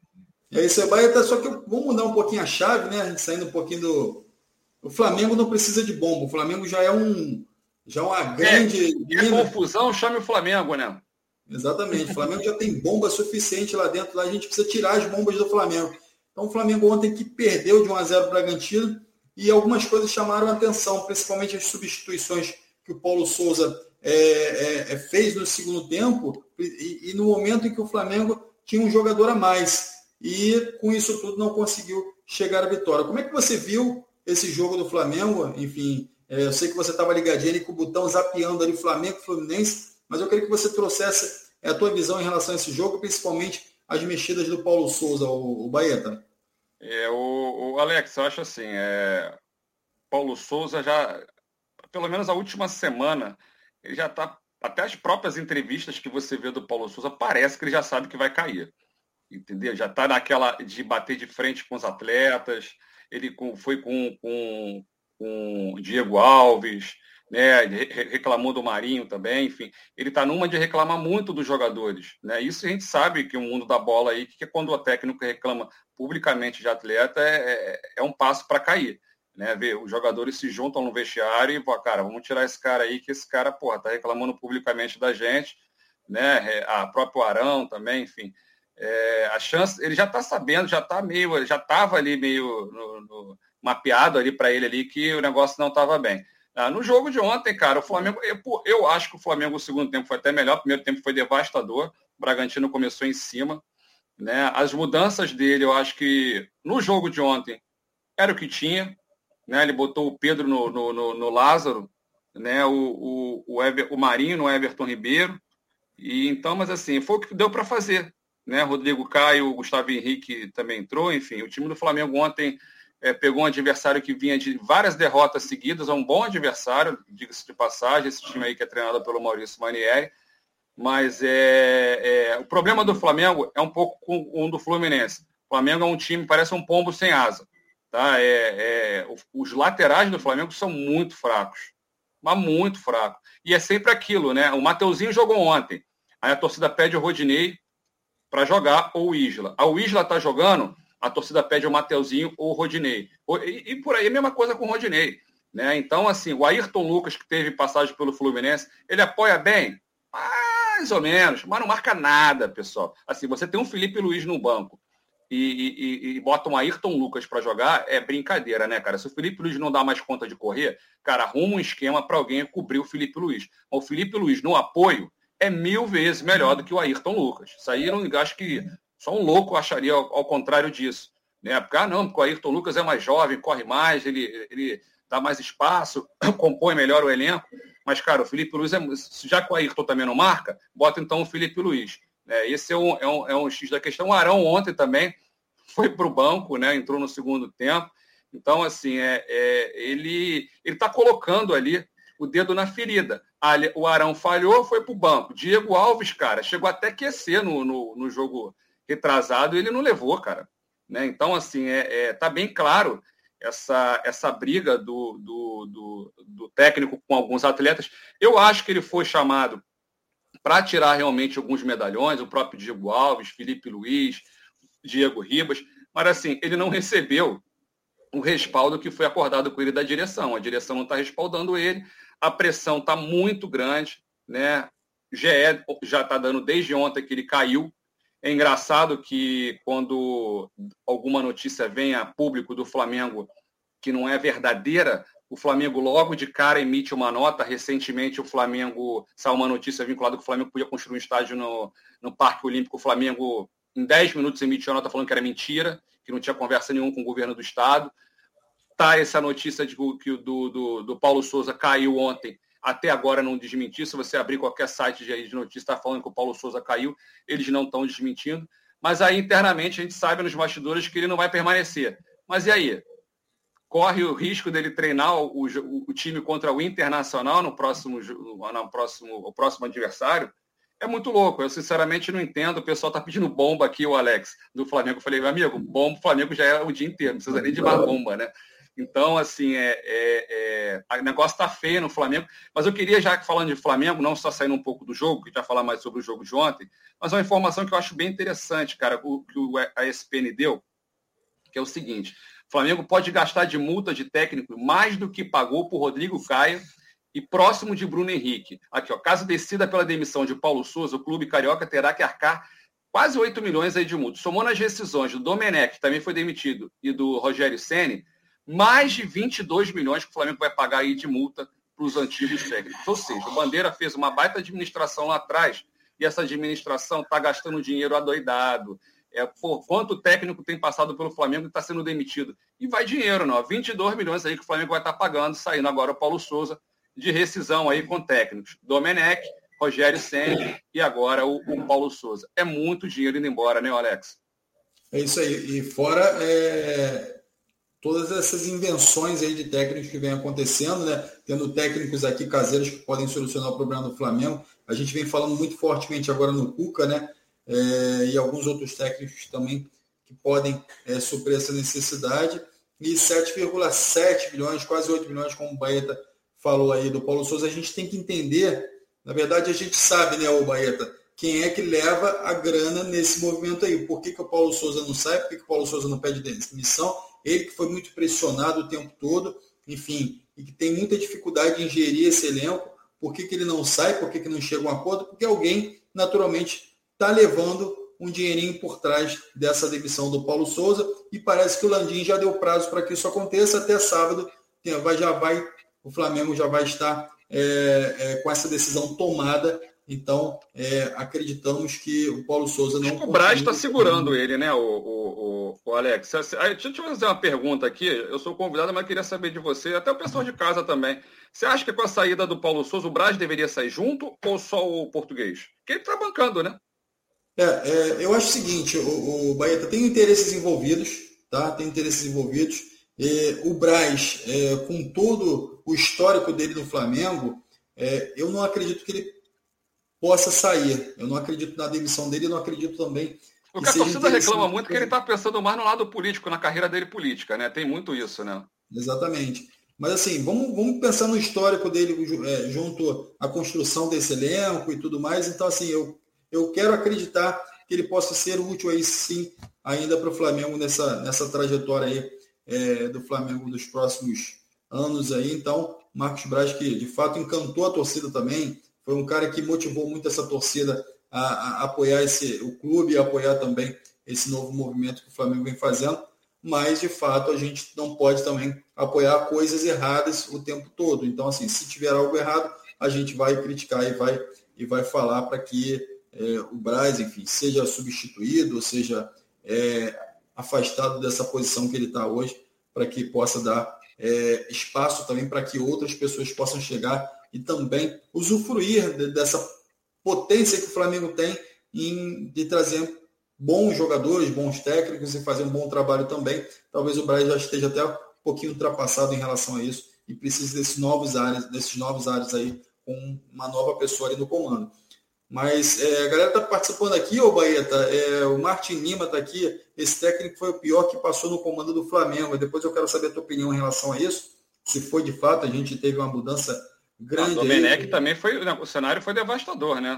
É isso aí, Baeta. Só que vamos mudar um pouquinho a chave, né? A gente saindo um pouquinho do... O Flamengo não precisa de bomba. O Flamengo já é um... Já é uma grande... É, é confusão, chame o Flamengo, né? Exatamente. O Flamengo já tem bomba suficiente lá dentro. Lá a gente precisa tirar as bombas do Flamengo. Então, o Flamengo ontem que perdeu de um a zero para o Bragantino e algumas coisas chamaram a atenção, principalmente as substituições que o Paulo Souza é, é, é, fez no segundo tempo e, e no momento em que o Flamengo tinha um jogador a mais. E, com isso tudo, não conseguiu chegar à vitória. Como é que você viu esse jogo do Flamengo? Enfim, é, eu sei que você estava ligadinho ali com o botão zapeando ali Flamengo e Fluminense, mas eu queria que você trouxesse a tua visão em relação a esse jogo, principalmente as mexidas do Paulo Souza, o, o Baeta. É, o, o Alex, eu acho assim, é, Paulo Souza já, pelo menos a última semana, ele já está, até as próprias entrevistas que você vê do Paulo Souza, parece que ele já sabe que vai cair, entendeu? Já está naquela de bater de frente com os atletas, ele com, foi com, com, com Diego Alves, né, reclamou do Marinho também, enfim, ele está numa de reclamar muito dos jogadores, né? Isso a gente sabe que o mundo da bola aí, que é quando o técnico reclama publicamente de atleta, é, é um passo para cair, né? Ver, os jogadores se juntam no vestiário e, pô, cara, vamos tirar esse cara aí, que esse cara, porra, tá reclamando publicamente da gente, né? A próprio Arão também, enfim, é, a chance, ele já está sabendo, já está meio, já estava ali meio no, no, mapeado ali para ele ali que o negócio não estava bem. Ah, no jogo de ontem, cara, o Flamengo, eu, eu acho que o Flamengo, o segundo tempo foi até melhor, o primeiro tempo foi devastador, o Bragantino começou em cima, né? As mudanças dele, eu acho que no jogo de ontem era o que tinha, né? Ele botou o Pedro no, no, no, no Lázaro, né? o, o, o, Ever, o Marinho no Everton Ribeiro, e então, mas assim, foi o que deu para fazer, né? Rodrigo Caio, o Gustavo Henrique também entrou, enfim, o time do Flamengo ontem É, pegou um adversário que vinha de várias derrotas seguidas, é um bom adversário, diga-se de passagem, esse time aí que é treinado pelo Maurício Manieri, mas é, é, o problema do Flamengo é um pouco com um do Fluminense. O Flamengo é um time, parece um pombo sem asa. Tá? É, é, os laterais do Flamengo são muito fracos, mas muito fracos. E é sempre aquilo, né? O Mateuzinho jogou ontem, aí a torcida pede o Rodinei para jogar ou o Isla. A o Isla está jogando, a torcida pede o Mateuzinho ou o Rodinei. E, e por aí a mesma coisa com o Rodinei. Né? Então, assim, o Ayrton Lucas, que teve passagem pelo Fluminense, ele apoia bem? Mais ou menos, mas não marca nada, pessoal. Assim, você tem um Felipe Luiz no banco e, e, e bota um Ayrton Lucas para jogar, é brincadeira, né, cara? Se o Felipe Luiz não dá mais conta de correr, cara, arruma um esquema para alguém cobrir o Felipe Luiz. O Felipe Luiz no apoio é mil vezes melhor do que o Ayrton Lucas. Isso aí eu não acho que só um louco acharia ao, ao contrário disso. Né? Porque, ah, não, porque o Ayrton Lucas é mais jovem, corre mais, ele, ele dá mais espaço, compõe melhor o elenco. Mas, cara, o Felipe Luiz, é, já que o Ayrton também não marca, bota então o Felipe Luiz. É, esse é um, é, um, é um X da questão. O Arão ontem também foi para o banco, né? Entrou no segundo tempo. Então, assim, é, é, ele está colocando ali o dedo na ferida. Ali, o Arão falhou, foi para o banco. Diego Alves, cara, chegou até a aquecer no, no, no jogo retrasado, ele não levou, cara. Né? Então, assim, é, é, tá bem claro essa, essa briga do, do, do, do técnico com alguns atletas. Eu acho que ele foi chamado para tirar realmente alguns medalhões, o próprio Diego Alves, Felipe Luiz, Diego Ribas, mas, assim, ele não recebeu o respaldo que foi acordado com ele da direção. A direção não está respaldando ele, a pressão está muito grande, né? O G E já está dando desde ontem que ele caiu. É engraçado que quando alguma notícia vem a público do Flamengo que não é verdadeira, o Flamengo logo de cara emite uma nota. Recentemente o Flamengo, saiu uma notícia vinculada que o Flamengo podia construir um estádio no, no Parque Olímpico. O Flamengo, em dez minutos, emitiu a nota falando que era mentira, que não tinha conversa nenhuma com o governo do Estado. Tá essa notícia de que do, do, do Paulo Souza caiu ontem. Até agora não desmentir. Se você abrir qualquer site de, de notícia, está falando que o Paulo Souza caiu, eles não estão desmentindo. Mas aí, internamente, a gente sabe nos bastidores que ele não vai permanecer. Mas e aí? Corre o risco dele treinar o, o, o time contra o Internacional no próximo, no próximo, o próximo adversário? É muito louco. Eu, sinceramente, não entendo. O pessoal está pedindo bomba aqui, o Alex, do Flamengo. Eu falei, meu amigo, bomba, o Flamengo já é o dia inteiro. Não precisa nem de mais bomba, né? Então, assim, é, é, é, o negócio está feio no Flamengo. Mas eu queria, já que falando de Flamengo, não só saindo um pouco do jogo, que já falar mais sobre o jogo de ontem, mas uma informação que eu acho bem interessante, cara, o, que a E S P N deu, que é o seguinte: o Flamengo pode gastar de multa de técnico mais do que pagou por Rodrigo Caio e próximo de Bruno Henrique. Aqui, ó, caso decida pela demissão de Paulo Souza, o clube carioca terá que arcar quase oito milhões aí de multa. Somou nas rescisões do Domenech, que também foi demitido, e do Rogério Ceni, mais de vinte e dois milhões que o Flamengo vai pagar aí de multa para os antigos técnicos. Ou seja, o Bandeira fez uma baita administração lá atrás e essa administração está gastando dinheiro adoidado. É, por quanto técnico tem passado pelo Flamengo e está sendo demitido. E vai dinheiro, não. vinte e dois milhões aí que o Flamengo vai estar tá pagando, saindo agora o Paulo Souza de rescisão aí com técnicos. Domenech, Rogério Ceni e agora o, o Paulo Souza. É muito dinheiro indo embora, né, Alex? É isso aí. E fora é, todas essas invenções aí de técnicos que vem acontecendo, né? Tendo técnicos aqui caseiros que podem solucionar o problema do Flamengo. A gente vem falando muito fortemente agora no Cuca, né? É, e alguns outros técnicos também que podem é, suprir essa necessidade. E sete vírgula sete bilhões, quase oito bilhões, como o Baeta falou aí do Paulo Souza, a gente tem que entender, na verdade a gente sabe, né, o Baeta, quem é que leva a grana nesse movimento aí. Por que, que o Paulo Souza não sai? Por que, que o Paulo Souza não pede demissão? Ele que foi muito pressionado o tempo todo, enfim, e que tem muita dificuldade em gerir esse elenco. Por que, que ele não sai? Por que, que não chega a um acordo? Porque alguém, naturalmente, está levando um dinheirinho por trás dessa demissão do Paulo Souza, e parece que o Landim já deu prazo para que isso aconteça. Até sábado já vai, o Flamengo já vai estar é, é, com essa decisão tomada. Então, é, acreditamos que o Paulo Souza não... Acho que o Braz está segurando ele, né, o, o, o, o Alex? Deixa eu te fazer uma pergunta aqui. Eu sou convidado, mas queria saber de você, até o pessoal de casa também. Você acha que com a saída do Paulo Souza, o Braz deveria sair junto ou só o português? Porque ele está bancando, né? É, é, eu acho o seguinte, o, o Baeta tem interesses envolvidos, tá? Tem interesses envolvidos. E o Braz, é, com todo o histórico dele no Flamengo, é, eu não acredito que ele possa sair. Eu não acredito na demissão dele, eu não acredito também... O que a torcida reclama muito é que ele está pensando mais no lado político, na carreira dele política, né? Tem muito isso, né? Exatamente. Mas assim, vamos, vamos pensar no histórico dele é, junto à construção desse elenco e tudo mais. Então, assim, eu, eu quero acreditar que ele possa ser útil aí sim, ainda para o Flamengo nessa, nessa trajetória aí é, do Flamengo dos próximos anos aí. Então, Marcos Braz, que de fato encantou a torcida também, foi um cara que motivou muito essa torcida a, a apoiar esse, o clube e apoiar também esse novo movimento que o Flamengo vem fazendo. Mas, de fato, a gente não pode também apoiar coisas erradas o tempo todo. Então, assim, se tiver algo errado, a gente vai criticar e vai, e vai falar para que é, o Braz, enfim, seja substituído, ou seja é, afastado dessa posição que ele está hoje, para que possa dar é, espaço também para que outras pessoas possam chegar e também usufruir de, dessa potência que o Flamengo tem em, de trazer bons jogadores, bons técnicos e fazer um bom trabalho também. Talvez o Braz já esteja até um pouquinho ultrapassado em relação a isso e precise desses novos áreas, desses novos áreas aí, com uma nova pessoa ali no comando. Mas é, a galera está participando aqui, ô Baeta, é, o Martin Lima está aqui, esse técnico foi o pior que passou no comando do Flamengo. Depois eu quero saber a tua opinião em relação a isso, se foi de fato, a gente teve uma mudança grande. O Domenech também foi, o cenário foi devastador, né?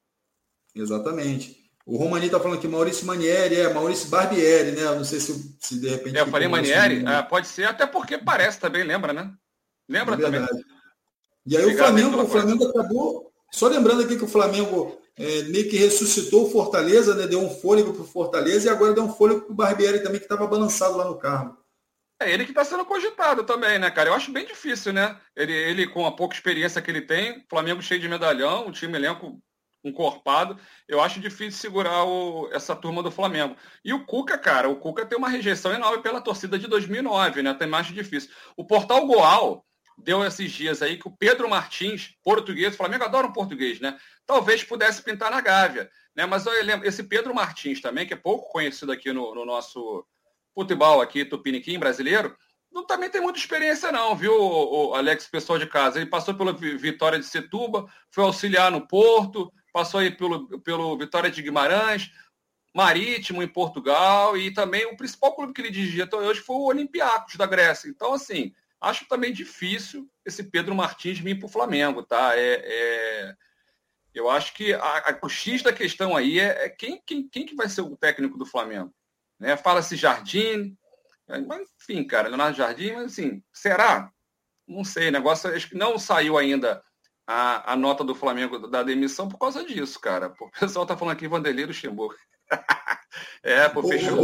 Exatamente. O Romani está falando aqui, Maurício Manieri, é, Maurício Barbieri, né? Eu não sei se, se de repente... É, eu falei Manieri? Ah, pode ser, até porque parece também, lembra, né? Lembra é também. E aí o Flamengo, o Flamengo acabou... Só lembrando aqui que o Flamengo é, meio que ressuscitou o Fortaleza, né? Deu um fôlego para o Fortaleza e agora deu um fôlego para o Barbieri também, que estava balançado lá no carro. É ele que está sendo cogitado também, né, cara? Eu acho bem difícil, né? Ele, ele, com a pouca experiência que ele tem, Flamengo cheio de medalhão, o time elenco encorpado, eu acho difícil segurar o, essa turma do Flamengo. E o Cuca, cara, o Cuca tem uma rejeição enorme pela torcida de dois mil e nove, né? Tem mais difícil. O Portal Goal deu esses dias aí que o Pedro Martins, português, o Flamengo adora um português, né? Talvez pudesse pintar na Gávea, né? Mas eu lembro, esse Pedro Martins também, que é pouco conhecido aqui no, no nosso futebol aqui, tupiniquim brasileiro, não, também tem muita experiência não, viu, o, o Alex, pessoal de casa? Ele passou pela Vitória de Setúbal, foi auxiliar no Porto, passou aí pelo, pelo Vitória de Guimarães, Marítimo em Portugal e também o principal clube que ele dirigia até hoje foi o Olympiacos da Grécia. Então, assim, acho também difícil esse Pedro Martins vir para o Flamengo, tá? É, é... Eu acho que a, a, o X da questão aí é, é quem, quem, quem que vai ser o técnico do Flamengo? Né? Fala-se Jardim, mas, enfim, cara, Leonardo Jardim, mas assim, será? Não sei, negócio, acho que não saiu ainda a, a nota do Flamengo da demissão por causa disso, cara. O pessoal tá falando aqui Vanderlei Luxemburgo. É, pô, fechou.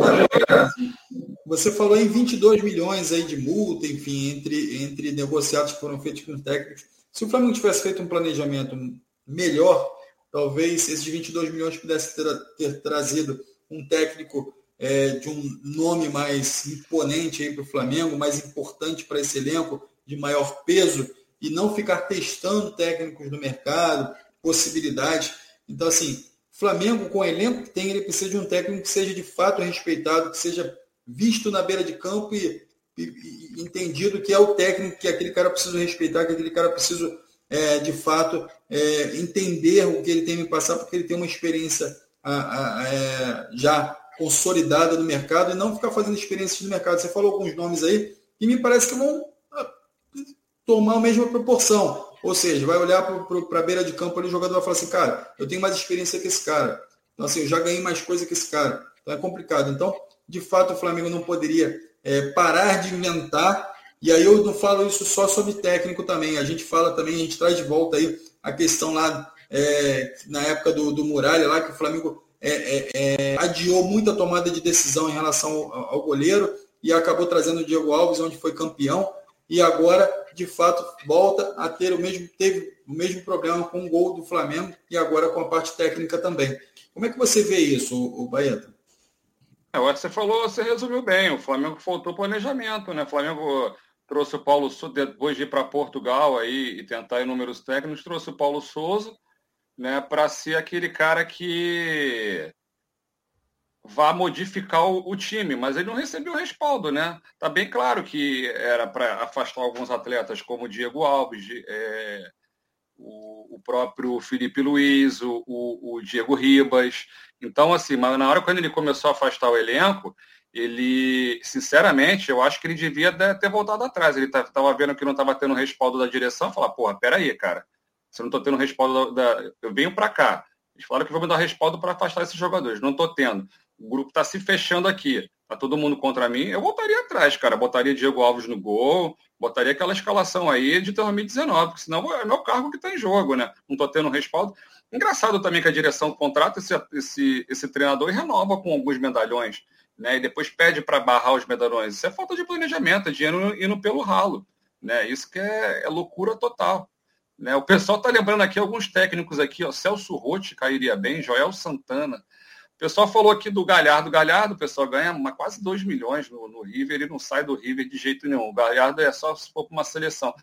Você falou em vinte e dois milhões aí de multa, enfim, entre, entre negociados que foram feitos com os técnicos. Se o Flamengo tivesse feito um planejamento melhor, talvez esses vinte e dois milhões pudesse ter, ter trazido um técnico é, de um nome mais imponente aí para o Flamengo, mais importante para esse elenco, de maior peso, e não ficar testando técnicos no mercado, possibilidades. Então, assim, Flamengo, com o elenco que tem, ele precisa de um técnico que seja de fato respeitado, que seja visto na beira de campo e, e, e entendido que é o técnico que aquele cara precisa respeitar, que aquele cara precisa, é, de fato, é, entender o que ele tem que passar, porque ele tem uma experiência a, a, a, é, já consolidada no mercado e não ficar fazendo experiências no mercado. Você falou alguns nomes aí que me parece que vão tomar a mesma proporção. Ou seja, vai olhar para a beira de campo ali, o jogador vai falar assim, cara, eu tenho mais experiência que esse cara. Então, assim, eu já ganhei mais coisa que esse cara. Então, é complicado. Então, de fato, o Flamengo não poderia é, parar de inventar. E aí eu não falo isso só sobre técnico também. A gente fala também, a gente traz de volta aí a questão lá, é, na época do, do Muralha, lá que o Flamengo é, é, é, adiou muita tomada de decisão em relação ao, ao goleiro e acabou trazendo o Diego Alves, onde foi campeão. E agora, de fato, volta a ter o mesmo, teve o mesmo problema com o gol do Flamengo e agora com a parte técnica também. Como é que você vê isso, o Baeta? É, o que você falou, você resumiu bem. O Flamengo faltou planejamento, né? O Flamengo trouxe o Paulo Souza, depois de ir para Portugal aí e tentar inúmeros técnicos, trouxe o Paulo Souza, né, para ser aquele cara que vá modificar o, o time, mas ele não recebeu respaldo, né? Tá bem claro que era para afastar alguns atletas como o Diego Alves, é, o, o próprio Felipe Luiz, o, o, o Diego Ribas. Então, assim, mas na hora quando ele começou a afastar o elenco, ele, sinceramente, eu acho que ele devia ter voltado atrás. Ele estava vendo que não estava tendo respaldo da direção, falar, porra, peraí, cara, se eu não estou tendo respaldo da, da... Eu venho para cá. Eles falaram que vão me dar respaldo para afastar esses jogadores. Não estou tendo. O grupo está se fechando aqui. Está todo mundo contra mim. Eu voltaria atrás, cara. Botaria Diego Alves no gol. Botaria aquela escalação aí de dois mil e dezenove, porque senão é meu cargo que está em jogo, né? Não estou tendo respaldo. Engraçado também que a direção contrata esse, esse, esse treinador e renova com alguns medalhões, né? E depois pede para barrar os medalhões. Isso é falta de planejamento, é dinheiro indo pelo ralo, né? Isso que é, é loucura total. Né? O pessoal está lembrando aqui alguns técnicos aqui, ó, Celso Rotti cairia bem, Joel Santana. O pessoal falou aqui do Galhardo. Galhardo, o pessoal ganha uma, quase dois milhões no, no River, ele não sai do River de jeito nenhum. O Galhardo é só se for para uma seleção.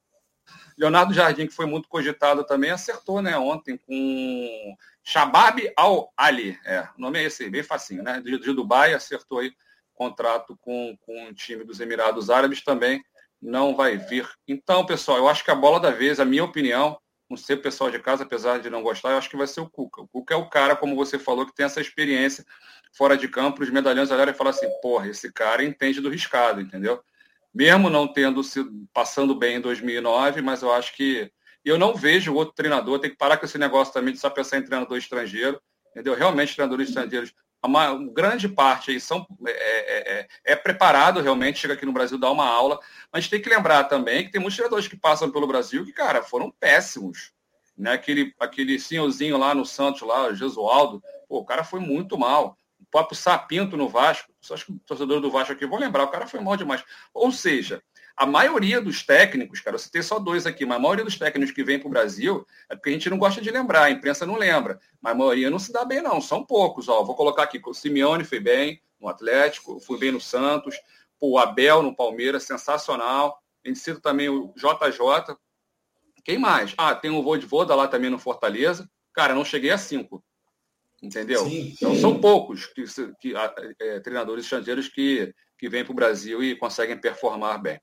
Leonardo Jardim, que foi muito cogitado também, acertou, né, ontem com Shabab Al-Ali. É, o nome é esse, bem facinho, né? De, de Dubai, acertou aí contrato com, com o time dos Emirados Árabes também. Não vai vir. Então, pessoal, eu acho que a bola da vez, a minha opinião, não sei o pessoal de casa, apesar de não gostar, eu acho que vai ser o Cuca. O Cuca é o cara, como você falou, que tem essa experiência fora de campo, os medalhões olharam e falaram assim, porra, esse cara entende do riscado, entendeu? Mesmo não tendo sido, passando bem em dois mil e nove, mas eu acho que eu não vejo outro treinador, tem que parar com esse negócio também de só pensar em treinador estrangeiro, entendeu? Realmente, treinadores estrangeiros, uma grande parte aí são, é, é, é preparado realmente, chega aqui no Brasil, dá uma aula, mas a gente tem que lembrar também que tem muitos treinadores que passam pelo Brasil que, cara, foram péssimos, né? Aquele, aquele senhorzinho lá no Santos, lá, o Jesualdo, pô, o cara foi muito mal. O próprio Sapinto no Vasco, acho que o torcedor do Vasco aqui vão lembrar, o cara foi mal demais. Ou seja, a maioria dos técnicos, cara, você tem só dois aqui, mas a maioria dos técnicos que vem para o Brasil é porque a gente não gosta de lembrar, a imprensa não lembra, mas a maioria não se dá bem não, são poucos. Ó, vou colocar aqui, o Simeone foi bem no Atlético, fui bem no Santos, o Abel no Palmeiras, sensacional, a gente cita também o J J, quem mais? Ah, tem o Vojvoda lá também no Fortaleza, cara, não cheguei a cinco, entendeu? Sim. Então são poucos que, que, é, treinadores estrangeiros que, que vêm para o Brasil e conseguem performar bem.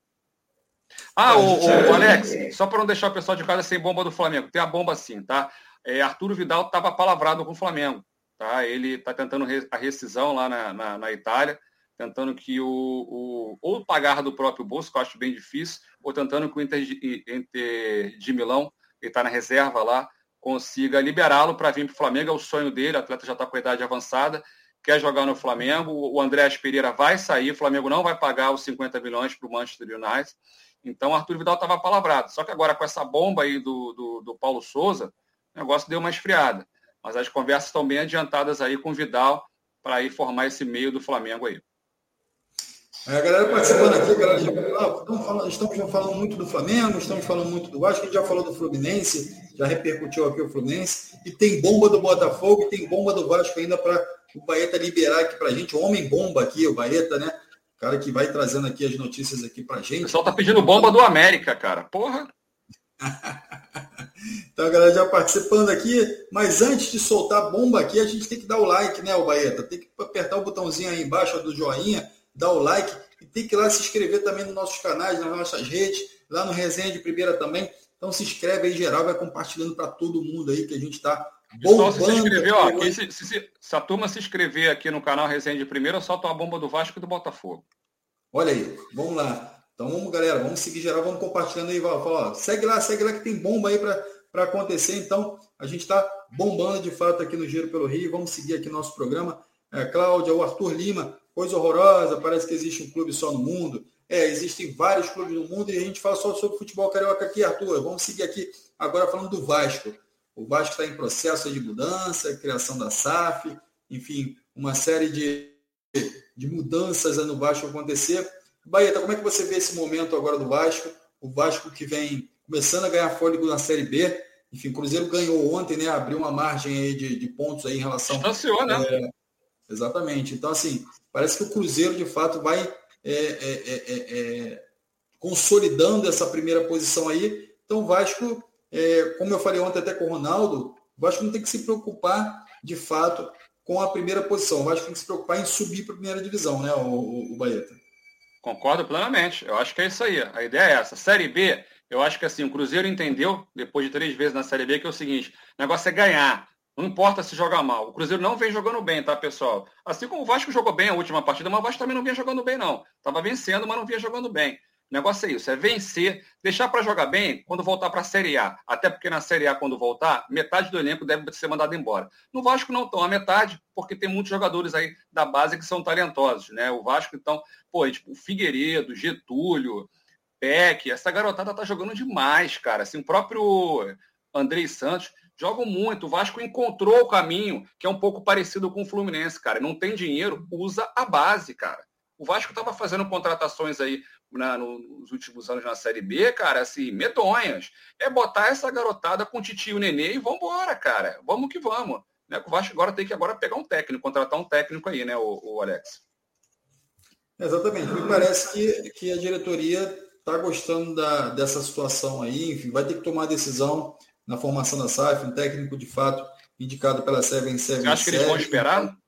Ah, o, o, o Alex, só para não deixar o pessoal de casa sem bomba do Flamengo, tem a bomba sim, tá? É, Arturo Vidal estava palavrado com o Flamengo. tá? Ele está tentando a rescisão lá na, na, na Itália, tentando que o, o... ou pagar do próprio bolso, que eu acho bem difícil, ou tentando que o Inter de, Inter de Milão, ele está na reserva lá, consiga liberá-lo para vir para o Flamengo. É o sonho dele, o atleta já está com a idade avançada, quer jogar no Flamengo. O Andrés Pereira vai sair, o Flamengo não vai pagar os cinquenta milhões para o Manchester United. Então, o Arthur Vidal estava palavrado. Só que agora, com essa bomba aí do, do, do Paulo Souza, o negócio deu uma esfriada. Mas as conversas estão bem adiantadas aí com o Vidal para ir formar esse meio do Flamengo aí. É, a galera participando aqui, a galera já, ah, estamos, falando, estamos falando muito do Flamengo, estamos falando muito do Vasco, a gente já falou do Fluminense, já repercutiu aqui o Fluminense, e tem bomba do Botafogo, e tem bomba do Vasco ainda para o Baeta liberar aqui para a gente, o homem bomba aqui, o Baeta, né? O cara que vai trazendo aqui as notícias aqui para a gente. O pessoal tá pedindo bomba do América, cara. Porra! Então a galera já participando aqui, mas antes de soltar a bomba aqui, a gente tem que dar o like, né, o Baeta? Tem que apertar o botãozinho aí embaixo do joinha, dar o like, e tem que ir lá se inscrever também nos nossos canais, nas nossas redes, lá no Resenha de Primeira também. Então se inscreve aí geral, vai compartilhando para todo mundo aí que a gente está bombando. Se, se, inscrever, ó, aqui, se, se, se a turma se inscrever aqui no canal Resenha de Primeira, eu solto a bomba do Vasco e do Botafogo. Olha aí, vamos lá. Então vamos, galera, vamos seguir geral, vamos compartilhando aí, fala, ó, segue lá, segue lá que tem bomba aí para acontecer. Então a gente está bombando de fato aqui no Giro pelo Rio. Vamos seguir aqui nosso programa. É, Cláudia, o Arthur Lima, coisa horrorosa, parece que existe um clube só no mundo. É, existem vários clubes no mundo e a gente fala só sobre futebol carioca aqui, Arthur. Vamos seguir aqui agora falando do Vasco. O Vasco está em processo de mudança, criação da S A F, enfim, uma série de, de mudanças no Vasco acontecer. Baeta, como é que você vê esse momento agora do Vasco? O Vasco que vem começando a ganhar fôlego na Série B. Enfim, o Cruzeiro ganhou ontem, né? Abriu uma margem aí de, de pontos aí em relação... Distanciou, né? É, exatamente. Então, assim, parece que o Cruzeiro, de fato, vai é, é, é, é, consolidando essa primeira posição aí. Então, o Vasco, é, como eu falei ontem até com o Ronaldo, o Vasco não tem que se preocupar, de fato, com a primeira posição. O Vasco tem que se preocupar em subir para a primeira divisão, né, o, o, o Baeta? Concordo plenamente. Eu acho que é isso aí. A ideia é essa. Série B, eu acho que assim, o Cruzeiro entendeu, depois de três vezes na Série B, que é o seguinte, o negócio é ganhar. Não importa se jogar mal. O Cruzeiro não vem jogando bem, tá, pessoal? Assim como o Vasco jogou bem a última partida, mas o Vasco também não vinha jogando bem, não. Tava vencendo, mas não vinha jogando bem. O negócio é isso, é vencer, deixar para jogar bem quando voltar para a Série A. Até porque na Série A, quando voltar, metade do elenco deve ser mandado embora. No Vasco não estão a metade, porque tem muitos jogadores aí da base que são talentosos, né? O Vasco, então, pô, tipo, o Figueiredo, Getúlio, Peck, essa garotada tá jogando demais, cara. Assim, o próprio Andrei Santos jogam muito. O Vasco encontrou o caminho, que é um pouco parecido com o Fluminense, cara. Não tem dinheiro, usa a base, cara. O Vasco estava fazendo contratações aí na, nos últimos anos na Série B, cara, assim, medonhas. É botar essa garotada com o Titi e o Nenê e vambora, cara. Vamos que vamos. Né? O Vasco agora tem que agora pegar um técnico, contratar um técnico aí, né, o, o Alex? Exatamente. Me parece que, que a diretoria está gostando da, dessa situação aí, enfim, vai ter que tomar decisão na formação da S A F, um técnico de fato indicado pela Seven Seven. Você acha que eles vão esperar?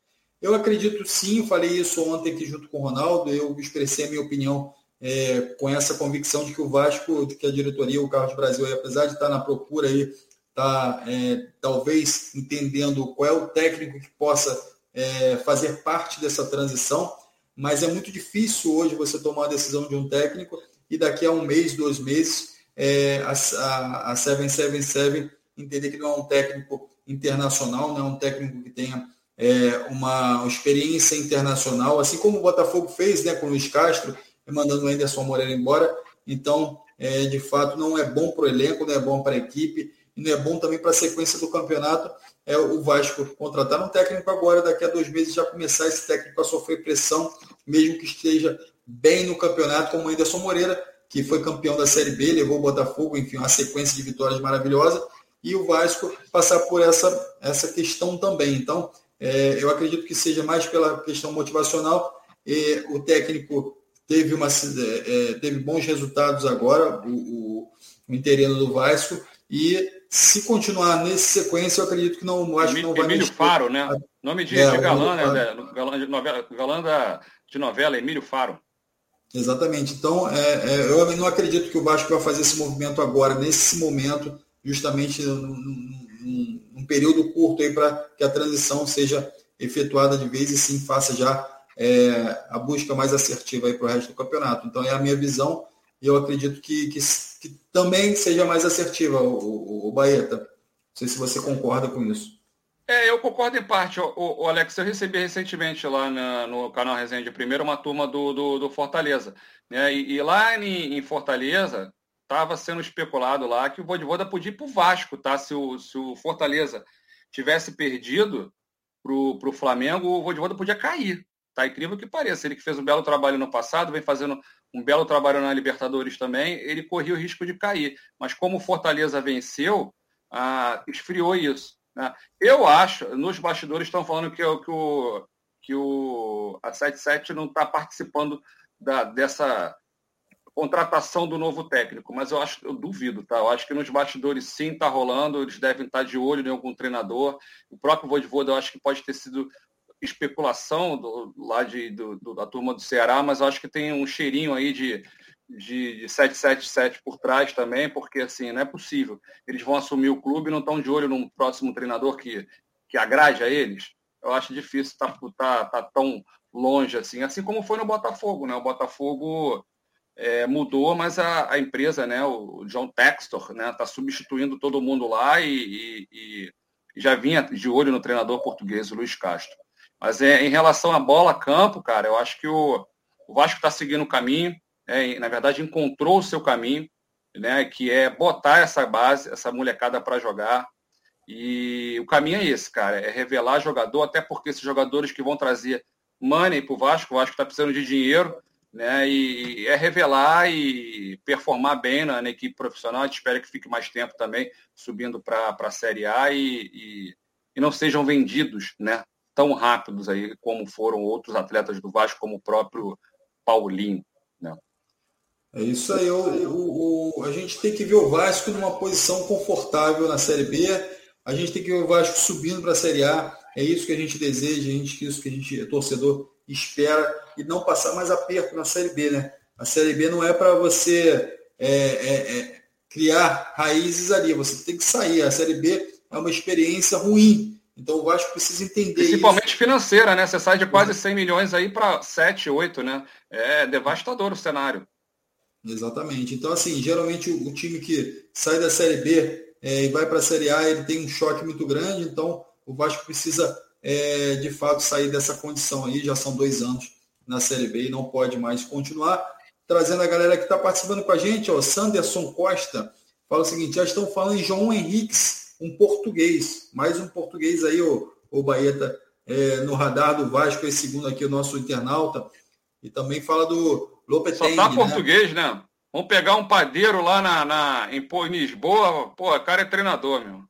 Eu acredito sim, eu falei isso ontem aqui junto com o Ronaldo, eu expressei a minha opinião é, com essa convicção de que o Vasco, de que a diretoria, o Carlos Brasil, aí, apesar de estar na procura aí, está é, talvez entendendo qual é o técnico que possa é, fazer parte dessa transição, mas é muito difícil hoje você tomar a decisão de um técnico e daqui a um mês, dois meses, é, a, a, a Seven Seven Seven entender que não é um técnico internacional, não é um técnico que tenha É, uma experiência internacional, assim como o Botafogo fez, né, com o Luiz Castro, mandando o Anderson Moreira embora. Então, é, de fato, não é bom para o elenco, não é bom para a equipe, e não é bom também para a sequência do campeonato. É, o Vasco contratar um técnico agora, daqui a dois meses já começar esse técnico a sofrer pressão, mesmo que esteja bem no campeonato, como o Anderson Moreira, que foi campeão da Série B, levou o Botafogo, enfim, uma sequência de vitórias maravilhosa, e o Vasco passar por essa, essa questão também. Então, É, eu acredito que seja mais pela questão motivacional. E o técnico teve, uma, é, teve bons resultados agora, o, o, o interino do Vasco, e se continuar nessa sequência, eu acredito que não, acho que não vai... Emílio Faro, né? Nome de, é, de galã, né? Galã de novela, galã da, de novela, Emílio Faro. Exatamente. Então, é, é, eu não acredito que o Vasco vai fazer esse movimento agora, nesse momento, justamente num, num, num período curto aí para que a transição seja efetuada de vez e sim faça já é, a busca mais assertiva para o resto do campeonato. Então é a minha visão e eu acredito que, que, que também seja mais assertiva, o, o, o Baeta. Não sei se você concorda com isso. É, eu concordo em parte, o, o, o Alex. Eu recebi recentemente lá na, no canal Resenha de Primeira uma turma do, do, do Fortaleza. Né? E, e lá em, em Fortaleza estava sendo especulado lá que o Vojvoda podia ir para o Vasco, tá? Se o, se o Fortaleza tivesse perdido para o Flamengo, o Vojvoda podia cair. Tá incrível que pareça. Ele que fez um belo trabalho no passado, vem fazendo um belo trabalho na Libertadores também, ele corria o risco de cair. Mas como o Fortaleza venceu, ah, esfriou isso. Né? Eu acho, nos bastidores estão falando que, que, o, que o, a setenta e sete não está participando da, dessa contratação do novo técnico, mas eu acho, eu duvido, tá? Eu acho que nos bastidores sim está rolando, eles devem estar de olho em algum treinador. O próprio Vojvoda eu acho que pode ter sido especulação do, lá de, do, do, da turma do Ceará, mas eu acho que tem um cheirinho aí de, de, de sete sete sete por trás também, porque assim, não é possível. Eles vão assumir o clube e não estão de olho num próximo treinador que, que agrade a eles. Eu acho difícil estar tá, tá, tá tão longe assim, assim como foi no Botafogo, né? O Botafogo é, mudou, mas a, a empresa, né, o John Textor, né, está substituindo todo mundo lá e, e, e já vinha de olho no treinador português, o Luiz Castro. Mas é, em relação à bola, campo, cara, eu acho que o, o Vasco está seguindo o caminho, é, na verdade encontrou o seu caminho, né, que é botar essa base, essa molecada para jogar. E o caminho é esse, cara, é revelar jogador, até porque esses jogadores que vão trazer money para o Vasco, o Vasco está precisando de dinheiro, né, e é revelar e performar bem na, na equipe profissional. A gente espera que fique mais tempo também subindo para a Série A e, e, e não sejam vendidos, né, tão rápidos aí como foram outros atletas do Vasco, como o próprio Paulinho. Né? É isso aí. O, o, o, a gente tem que ver o Vasco numa posição confortável na Série B. A gente tem que ver o Vasco subindo para a Série A. É isso que a gente deseja, é isso que a gente, torcedor, espera. E não passar mais aperto na Série B. Né? A Série B não é para você é, é, é, criar raízes ali. Você tem que sair. A Série B é uma experiência ruim. Então o Vasco precisa entender Principalmente isso. financeira, né? Você sai de quase cem milhões aí para sete, oito, né? É devastador o cenário. Exatamente. Então, assim, geralmente o, o time que sai da Série B é, e vai para a Série A, ele tem um choque muito grande. Então o Vasco precisa, é, de fato, sair dessa condição aí. Já são dois anos na Série B e não pode mais continuar. Trazendo a galera que está participando com a gente, ó, Sanderson Costa, fala o seguinte, já estão falando em João Henriques, um português, mais um português aí, o, o Baeta, é, no radar do Vasco, é segundo aqui o nosso internauta, e também fala do Lopetegui. Só tá português, né? né? Vamos pegar um padeiro lá na, na, em, em Lisboa, pô, o cara é treinador, meu.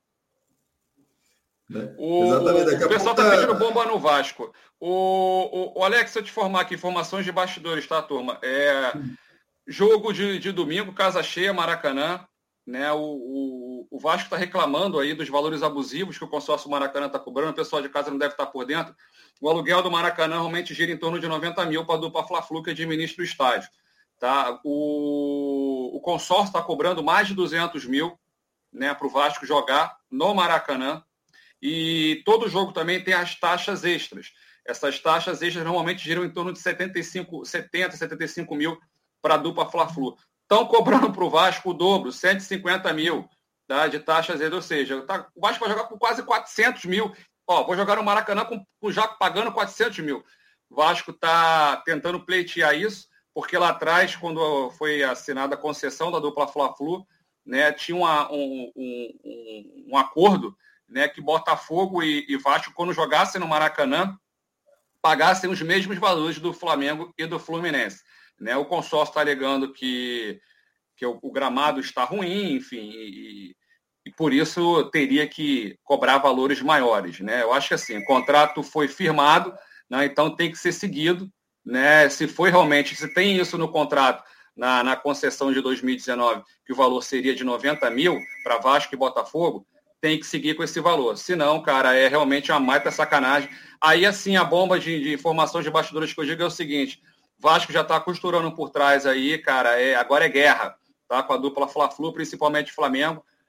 É, o, exatamente. O pessoal tá... tá pedindo bomba no Vasco. O, o, o Alex, se eu te formar aqui, informações de bastidores, tá, turma? É, hum. Jogo de, de domingo, casa cheia, Maracanã. Né, o, o, o Vasco está reclamando aí dos valores abusivos que o consórcio Maracanã está cobrando, o pessoal de casa não deve estar por dentro. O aluguel do Maracanã realmente gira em torno de noventa mil para a dupla Fla-Flu, que administra o estádio. Tá? O, o consórcio está cobrando mais de duzentos mil, né, para o Vasco jogar no Maracanã. E todo jogo também tem as taxas extras. Essas taxas extras normalmente giram em torno de setenta e cinco, setenta, setenta e cinco mil para a dupla Fla-Flu. Estão cobrando para o Vasco o dobro, cento e cinquenta mil, tá, de taxas, ou seja, tá, o Vasco vai jogar com quase quatrocentos mil. Ó, vou jogar no Maracanã com, com já pagando quatrocentos mil. O Vasco está tentando pleitear isso, porque lá atrás, quando foi assinada a concessão da dupla Fla-Flu, né, tinha uma, um, um, um acordo, né, que Botafogo e, e Vasco, quando jogassem no Maracanã, pagassem os mesmos valores do Flamengo e do Fluminense. Né, o consórcio está alegando que, que o, o gramado está ruim, enfim, e, e por isso teria que cobrar valores maiores. Né? Eu acho que assim, o contrato foi firmado, né, então tem que ser seguido. Né? Se foi realmente, se tem isso no contrato, na, na concessão de dois mil e dezenove, que o valor seria de noventa mil para Vasco e Botafogo, tem que seguir com esse valor. Se não, cara, é realmente uma baita sacanagem. Aí, assim, a bomba de, de informações de bastidores que eu digo é o seguinte: Vasco já está costurando por trás aí, cara, é, agora é guerra, tá? Com a dupla Fla-Flu, principalmente Flamengo,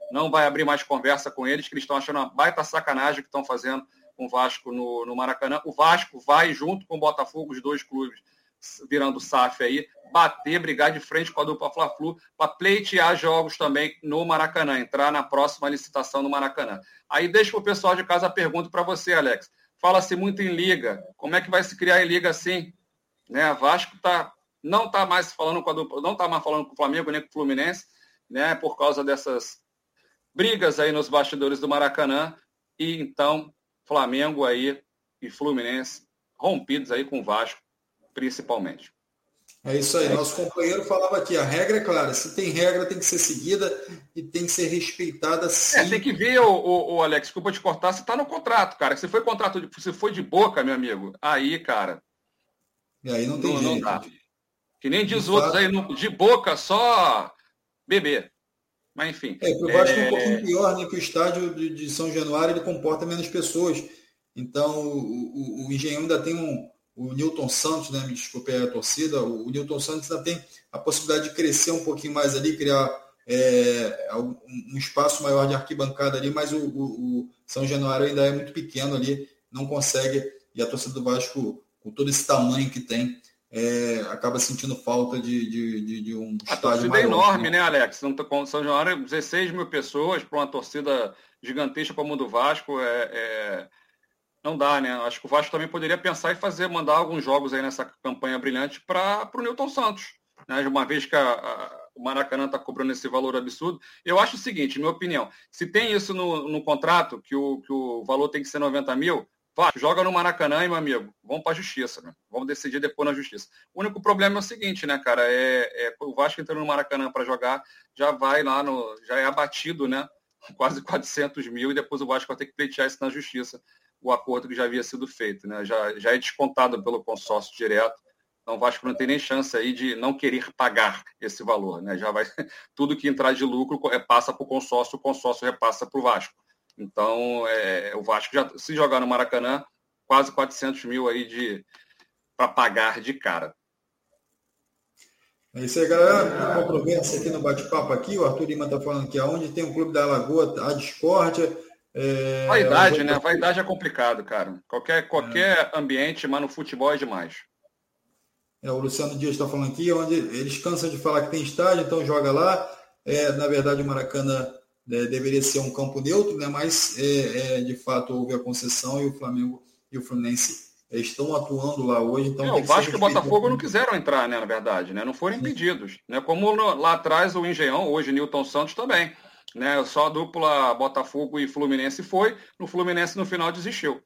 não vai abrir mais conversa com eles, que eles estão achando uma baita sacanagem que estão fazendo com o Vasco no, no Maracanã. O Vasco vai, junto com o Botafogo, os dois clubes, virando S A F aí, bater, brigar de frente com a dupla Fla-Flu, para pleitear jogos também no Maracanã, entrar na próxima licitação no Maracanã. Aí deixa para o pessoal de casa a pergunta para você, Alex. Fala-se muito em liga. Como é que vai se criar em liga assim? Né? Vasco tá, não está mais falando com a dupla, não está mais falando com o Flamengo nem com o Fluminense, né? Por causa dessas brigas aí nos bastidores do Maracanã. E então, Flamengo aí e Fluminense rompidos aí com o Vasco, principalmente. É isso aí, nosso companheiro falava aqui, a regra é clara, se tem regra tem que ser seguida e tem que ser respeitada sim. É, tem que ver, o, o, o Alex, desculpa te cortar, se está no contrato, cara, se foi contrato, de, se foi de boca, meu amigo, aí, cara, e aí não tem não, jeito. Não dá. Que nem diz de outros fato, aí, no, de boca só beber. Mas enfim. É, o Vasco é um pouquinho pior, né, que o estádio de, de São Januário ele comporta menos pessoas. Então o, o, o Engenhão ainda tem um o Newton Santos, né, me desculpe a torcida, o, o Newton Santos ainda tem a possibilidade de crescer um pouquinho mais ali, criar é, um, um espaço maior de arquibancada ali, mas o, o, o São Januário ainda é muito pequeno ali, não consegue, e a torcida do Vasco, com todo esse tamanho que tem, é, acaba sentindo falta de, de, de, de um a estádio torcida maior. É enorme, né, Alex? Com São Januário, dezesseis mil pessoas para uma torcida gigantesca como a do Vasco, é... é... não dá, né? Acho que o Vasco também poderia pensar em fazer, mandar alguns jogos aí nessa campanha brilhante para o Newton Santos, né? Uma vez que a, a, o Maracanã está cobrando esse valor absurdo. Eu acho o seguinte, minha opinião, se tem isso no, no contrato, que o, que o valor tem que ser noventa mil, Vasco, joga no Maracanã e, meu amigo, vamos para a justiça, né? Vamos decidir depois na justiça. O único problema é o seguinte, né, cara, é, é o Vasco entrando no Maracanã para jogar, já vai lá, no, já é abatido, né? Quase quatrocentos mil e depois o Vasco vai ter que pleitear isso na justiça, o acordo que já havia sido feito, né? Já, já é descontado pelo consórcio direto, então o Vasco não tem nem chance aí de não querer pagar esse valor, né? Já vai, tudo que entrar de lucro é, passa para o consórcio, o consórcio repassa para o Vasco. Então, é, o Vasco, já, se jogar no Maracanã, quase quatrocentos mil aí de, para pagar de cara. É isso aí, galera. A controvérsia aqui no bate-papo aqui, o Arthur Lima está falando que aonde tem o Clube da Lagoa, a discórdia. É... Vaidade, né? Vaidade é complicado, cara. Qualquer, qualquer é. ambiente, mas no futebol é demais. É, o Luciano Dias está falando aqui, onde eles cansam de falar que tem estádio, então joga lá. É, na verdade, o Maracanã é, deveria ser um campo neutro, né? Mas é, é, de fato houve a concessão e o Flamengo e o Fluminense estão atuando lá hoje. Então é, o Vasco e o Botafogo não quiseram entrar, né? Na verdade, né? Não foram impedidos, né? Como no, lá atrás o Engenhão, hoje Newton Santos também. Né, só a dupla Botafogo e Fluminense foi, no Fluminense no final desistiu.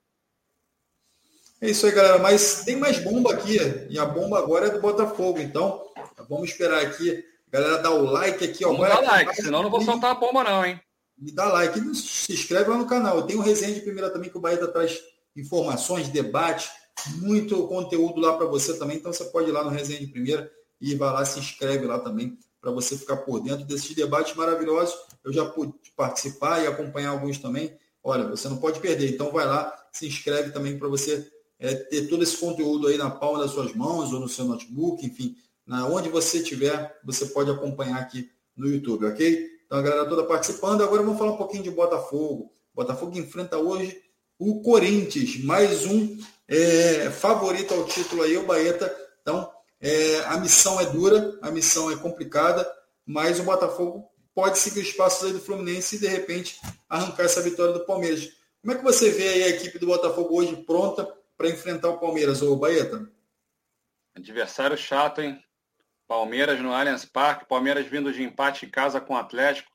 É isso aí, galera, mas tem mais bomba aqui, e a bomba agora é do Botafogo, então vamos esperar aqui, galera, dá o like aqui. Ó, vamos dar like, like, senão não vou soltar a bomba não, hein? Me dá like, e se inscreve lá no canal. Eu tenho um resenha de primeira também, que o Baeta traz informações, debate, muito conteúdo lá para você também, então você pode ir lá no resenha de primeira e vai lá, se inscreve lá também, para você ficar por dentro desses debates maravilhosos. Eu já pude participar e acompanhar alguns também. Olha, você não pode perder. Então vai lá, se inscreve também para você é, ter todo esse conteúdo aí na palma das suas mãos ou no seu notebook, enfim, na onde você estiver, você pode acompanhar aqui no YouTube, ok? Então a galera toda participando. Agora vamos falar um pouquinho de Botafogo. Botafogo enfrenta hoje o Corinthians, mais um é, favorito ao título aí, o Baeta. Então, É, a missão é dura, a missão é complicada, mas o Botafogo pode seguir os passos aí do Fluminense e, de repente, arrancar essa vitória do Palmeiras. Como é que você vê aí a equipe do Botafogo hoje pronta para enfrentar o Palmeiras, ô Baeta? Adversário chato, hein? Palmeiras no Allianz Parque, Palmeiras vindo de empate em casa com o Atlético.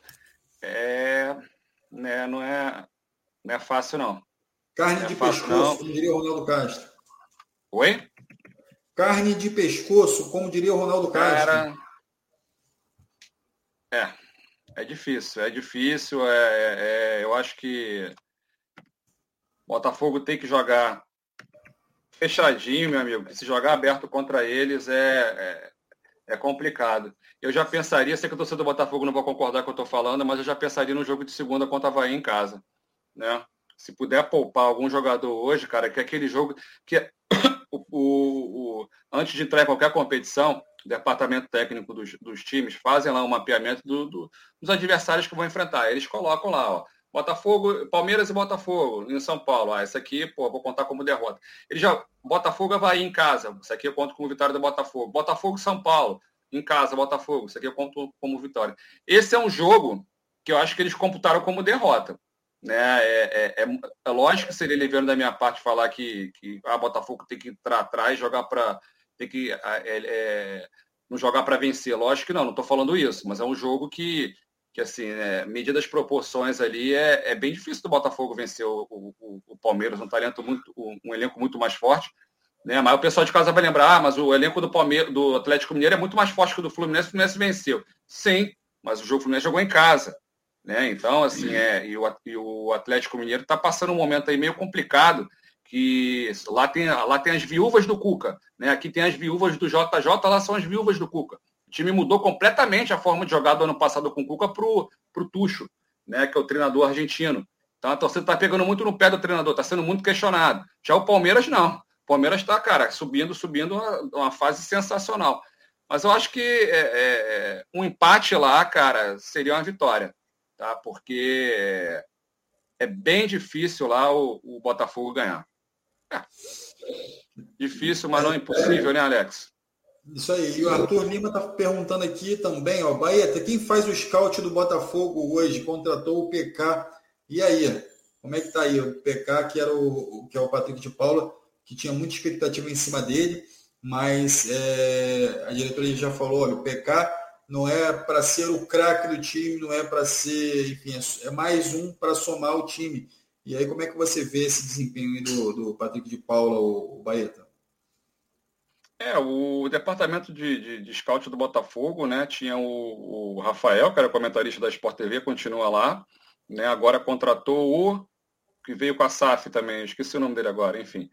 É, né, não, é, não é fácil, não. Carne não de é fácil, pescoço, não. como diria o Ronaldo Castro. Oi? Carne de pescoço, como diria o Ronaldo Castro. Cara, é, é difícil, é difícil. É, é, eu acho que o Botafogo tem que jogar fechadinho, meu amigo, que se jogar aberto contra eles é, é, é complicado. Eu já pensaria, sei que o torcedor do Botafogo não vai concordar com o que eu estou falando, mas eu já pensaria no jogo de segunda contra o Avaí em casa, né? Se puder poupar algum jogador hoje, cara, que é aquele jogo que é o, o, o, antes de entrar em qualquer competição, o departamento técnico dos, dos times fazem lá um mapeamento do, do, dos adversários que vão enfrentar. Eles colocam lá, ó, Botafogo, Palmeiras e Botafogo, em São Paulo. Ah, isso aqui, pô, vou contar como derrota. Ele já, Botafogo vai em casa, isso aqui eu conto como vitória do Botafogo. Botafogo São Paulo, em casa, Botafogo, isso aqui eu conto como vitória. Esse é um jogo que eu acho que eles computaram como derrota. Né? É, é, é, é lógico que seria leviano da minha parte falar que, que a ah, Botafogo tem que entrar atrás, jogar para. Tem que é, é, não jogar para vencer. Lógico que não, não estou falando isso, mas é um jogo que. que assim, é, medida das proporções ali, é, é bem difícil do Botafogo vencer o, o, o Palmeiras, um talento muito, um, um elenco muito mais forte, né? Mas o pessoal de casa vai lembrar, ah, mas o elenco do Palmeiras, do Atlético Mineiro é muito mais forte que o do Fluminense, o Fluminense venceu. Sim, mas o jogo do Fluminense jogou em casa, né? Então, assim, é, e, o, e o Atlético Mineiro está passando um momento aí meio complicado, que lá tem, lá tem as viúvas do Cuca, né? Aqui tem as viúvas do J J, lá são as viúvas do Cuca. O time mudou completamente a forma de jogar do ano passado com o Cuca para o Tucho, né, que é o treinador argentino. Então a torcida está pegando muito no pé do treinador, está sendo muito questionado. Já o Palmeiras não. O Palmeiras está, cara, subindo, subindo uma, uma fase sensacional. Mas eu acho que é, é, um empate lá, cara, seria uma vitória. Tá? Porque é, é bem difícil lá o, o Botafogo ganhar. É. Difícil, mas não é impossível, né, Alex? Isso aí. E o Arthur Lima está perguntando aqui também, ó, Baeta, quem faz o scout do Botafogo hoje? Contratou o P K. E aí? Como é que tá aí? O P K, que, era o, que é o Patrick de Paula, que tinha muita expectativa em cima dele, mas é, a diretoria já falou, olha, o P K não é para ser o craque do time, não é para ser, enfim, é mais um para somar o time. E aí, como é que você vê esse desempenho do, do Patrick de Paula, o, o Baeta? É, o departamento de, de, de scout do Botafogo, né, tinha o, o Rafael, que era comentarista da Sport T V, continua lá, né, agora contratou o, que veio com a S A F também, esqueci o nome dele agora, enfim,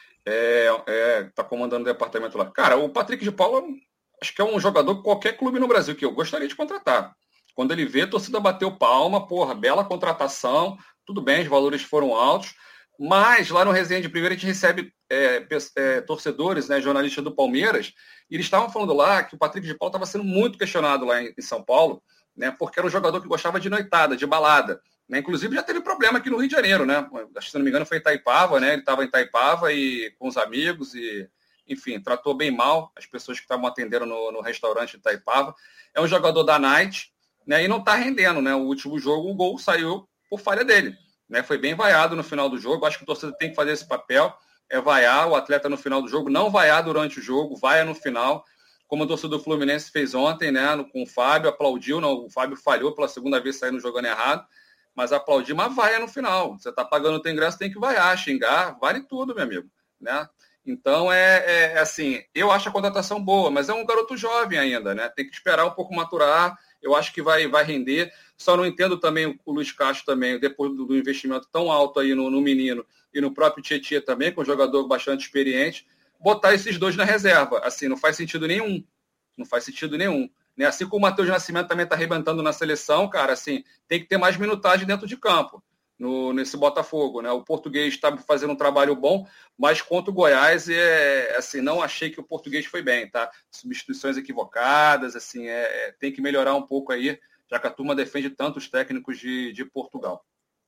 é, é, tá comandando o departamento lá. Cara, o Patrick de Paula, acho que é um jogador que qualquer clube no Brasil que eu gostaria de contratar. Quando ele vê, a torcida bateu palma, porra, bela contratação, tudo bem, os valores foram altos, mas lá no Resenha de Primeira a gente recebe é, é, torcedores, né, jornalistas do Palmeiras, e eles estavam falando lá que o Patrick de Paula estava sendo muito questionado lá em, em São Paulo, né, porque era um jogador que gostava de noitada, de balada. Né, inclusive já teve problema aqui no Rio de Janeiro, né? Acho que, se não me engano, foi em Itaipava, né? Ele estava em Itaipava e com os amigos e, enfim, tratou bem mal as pessoas que estavam atendendo no, no restaurante de Itaipava. É um jogador da Night, né? E não está rendendo, né? O último jogo, o gol saiu por falha dele. Né, foi bem vaiado no final do jogo. Acho que o torcedor tem que fazer esse papel, é vaiar o atleta no final do jogo, não vaiar durante o jogo, vaia no final, como o torcedor do Fluminense fez ontem, né, com o Fábio, aplaudiu, não, o Fábio falhou pela segunda vez saindo jogando errado, mas aplaudiu, mas vaia no final. Você está pagando o teu ingresso, tem que vaiar, xingar, vale tudo, meu amigo. Né? Então, é, é, é assim, eu acho a contratação boa, mas é um garoto jovem ainda, né? Tem que esperar um pouco maturar, eu acho que vai, vai render. Só não entendo também o Luiz Castro também, depois do, do investimento tão alto aí no, no menino e no próprio Tietchan também, com um jogador bastante experiente, botar esses dois na reserva. Assim, não faz sentido nenhum. Não faz sentido nenhum. Né? Assim como o Matheus Nascimento também está arrebentando na seleção, cara, assim, tem que ter mais minutagem dentro de campo, no, nesse Botafogo. Né? O português está fazendo um trabalho bom, mas contra o Goiás, é, assim, não achei que o português foi bem, tá? Substituições equivocadas, assim, é, tem que melhorar um pouco aí, já que a turma defende tanto os técnicos de, de Portugal.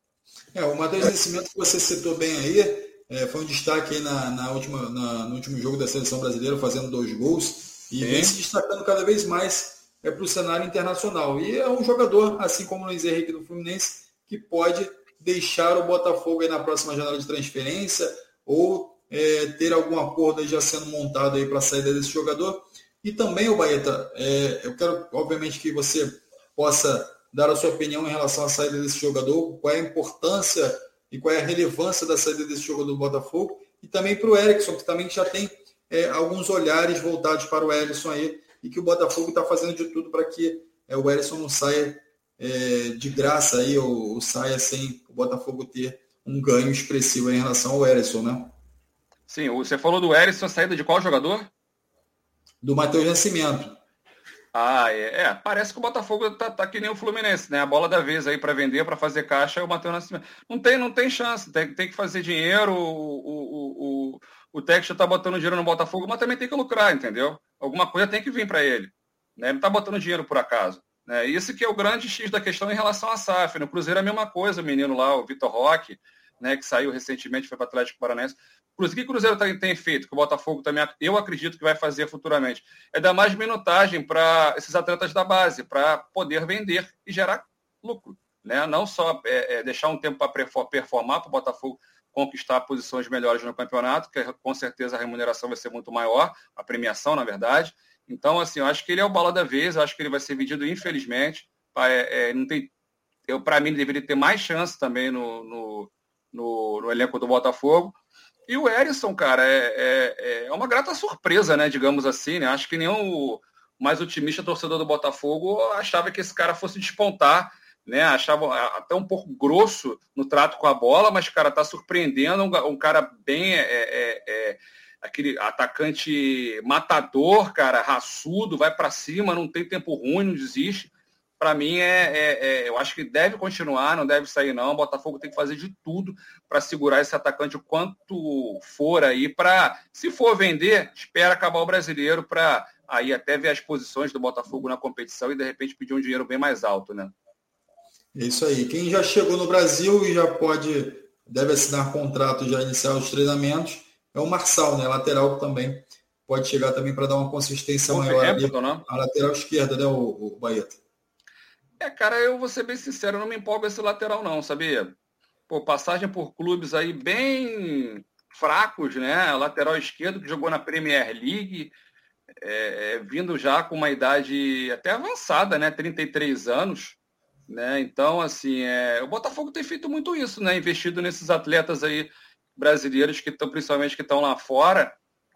É, o Matheus Nascimento, que você citou bem aí, é, foi um destaque aí na, na última, na, no último jogo da Seleção Brasileira, fazendo dois gols, e Sim. vem se destacando cada vez mais é, para o cenário internacional. E é um jogador, assim como o Luiz Henrique do Fluminense, que pode deixar o Botafogo aí na próxima janela de transferência, ou é, ter algum acordo aí já sendo montado aí para a saída desse jogador. E também, o Baeta, é, eu quero, obviamente, que você possa dar a sua opinião em relação à saída desse jogador, qual é a importância e qual é a relevância da saída desse jogador do Botafogo, e também para o Erickson, que também já tem é, alguns olhares voltados para o Erickson aí, e que o Botafogo está fazendo de tudo para que é, o Erickson não saia é, de graça aí, ou, ou saia sem o Botafogo ter um ganho expressivo em relação ao Erickson, né? Sim, você falou do Erickson, a saída de qual jogador? Do Matheus Nascimento. Ah, é, é, parece que o Botafogo tá, tá que nem o Fluminense, né? A bola da vez aí para vender, para fazer caixa, é o Matheus Nascimento. Não tem, não tem chance, tem, tem que fazer dinheiro. O, o, o, o Textor está botando dinheiro no Botafogo, mas também tem que lucrar, entendeu? Alguma coisa tem que vir para ele. Né? Ele não está botando dinheiro por acaso. Né? Isso que é o grande X da questão em relação à S A F. No Cruzeiro é a mesma coisa, o menino lá, o Vitor Roque, né, que saiu recentemente, foi para o Atlético Paranaense. O que o Cruzeiro tem, tem feito, que o Botafogo também, eu acredito que vai fazer futuramente, é dar mais minutagem para esses atletas da base, para poder vender e gerar lucro. Né? Não só é, é, deixar um tempo para performar, para o Botafogo conquistar posições melhores no campeonato, que com certeza a remuneração vai ser muito maior, a premiação, na verdade. Então, assim, eu acho que ele é o bola da vez, eu acho que ele vai ser vendido, infelizmente. É, é, não tem, eu, para mim, ele deveria ter mais chance também no, no, no, no elenco do Botafogo. E o Erisson, cara, é, é, é uma grata surpresa, né, digamos assim. Né? Acho que nem o mais otimista torcedor do Botafogo achava que esse cara fosse despontar, né? Achava até um pouco grosso no trato com a bola, mas, cara, tá surpreendendo. Um, um cara bem... É, é, é, aquele atacante matador, cara, raçudo, vai para cima, não tem tempo ruim, não desiste. Para mim, é, é, é, eu acho que deve continuar, não deve sair não. O Botafogo tem que fazer de tudo para segurar esse atacante o quanto for aí, para, se for vender, espera acabar o Brasileiro para aí até ver as posições do Botafogo na competição e, de repente, pedir um dinheiro bem mais alto, né? É isso aí. Quem já chegou no Brasil e já pode, deve assinar contrato, já iniciar os treinamentos, é o Marçal, né? Lateral também pode chegar também para dar uma consistência Bom, maior ali. Não? A lateral esquerda, né, o, o Baeta? É, cara, eu vou ser bem sincero, eu não me empolgo esse lateral não, sabia? Pô, passagem por clubes aí bem fracos, né? Lateral esquerdo que jogou na Premier League, é, é, vindo já com uma idade até avançada, né? trinta e três anos, né? Então, assim, é, o Botafogo tem feito muito isso, né? Investido nesses atletas aí brasileiros que estão, principalmente que estão lá fora,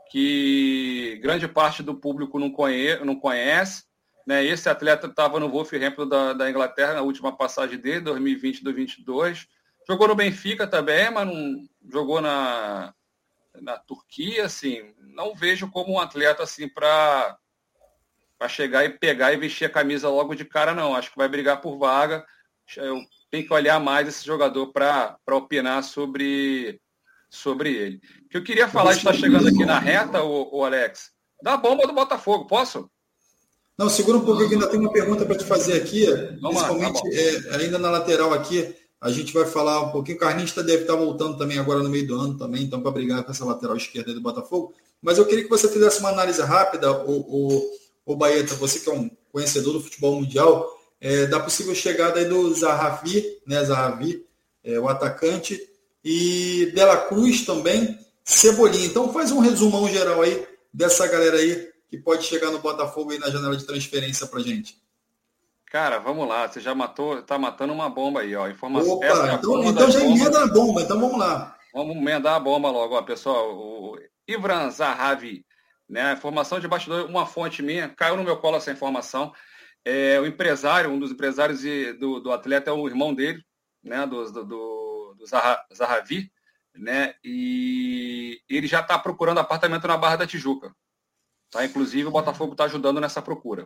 que grande parte do público não, conhe, não conhece. Né? Esse atleta estava no Wolverhampton da, da Inglaterra na última passagem dele, dois mil e vinte e dois mil e vinte e dois. Jogou no Benfica também, mas não jogou na, na Turquia. Assim, não vejo como um atleta assim, para chegar e pegar e vestir a camisa logo de cara, não. Acho que vai brigar por vaga. Eu tenho que olhar mais esse jogador para opinar sobre... sobre ele. O que eu queria falar, está chegando aqui na reta, o, o Alex, da bomba do Botafogo, posso? Não, segura um pouquinho que ainda tem uma pergunta para te fazer aqui, Vamos principalmente lá, tá é, ainda na lateral aqui, a gente vai falar um pouquinho, o Carlinhos deve estar voltando também agora no meio do ano também, então para brigar com essa lateral esquerda do Botafogo, mas eu queria que você fizesse uma análise rápida, o, o, o Baeta, você que é um conhecedor do futebol mundial, é, da possível chegada aí do Zahavi, né, Zahavi, é, o atacante, e Dela Cruz também, Cebolinha. Então faz um resumão geral aí dessa galera aí que pode chegar no Botafogo aí na janela de transferência pra gente. Cara, vamos lá, você já matou, tá matando uma bomba aí, ó. Informação. Opa, é então, então já emenda a bomba, então vamos lá. Vamos emendar a bomba logo, ó, pessoal. O Ivran Zahavi, né? Informação de bastidor, uma fonte minha, caiu no meu colo essa informação. É, o empresário, um dos empresários do, do atleta é o irmão dele, né? Do, do, do, do Zahavi, né? E ele já está procurando apartamento na Barra da Tijuca. Tá? Inclusive, o Botafogo está ajudando nessa procura.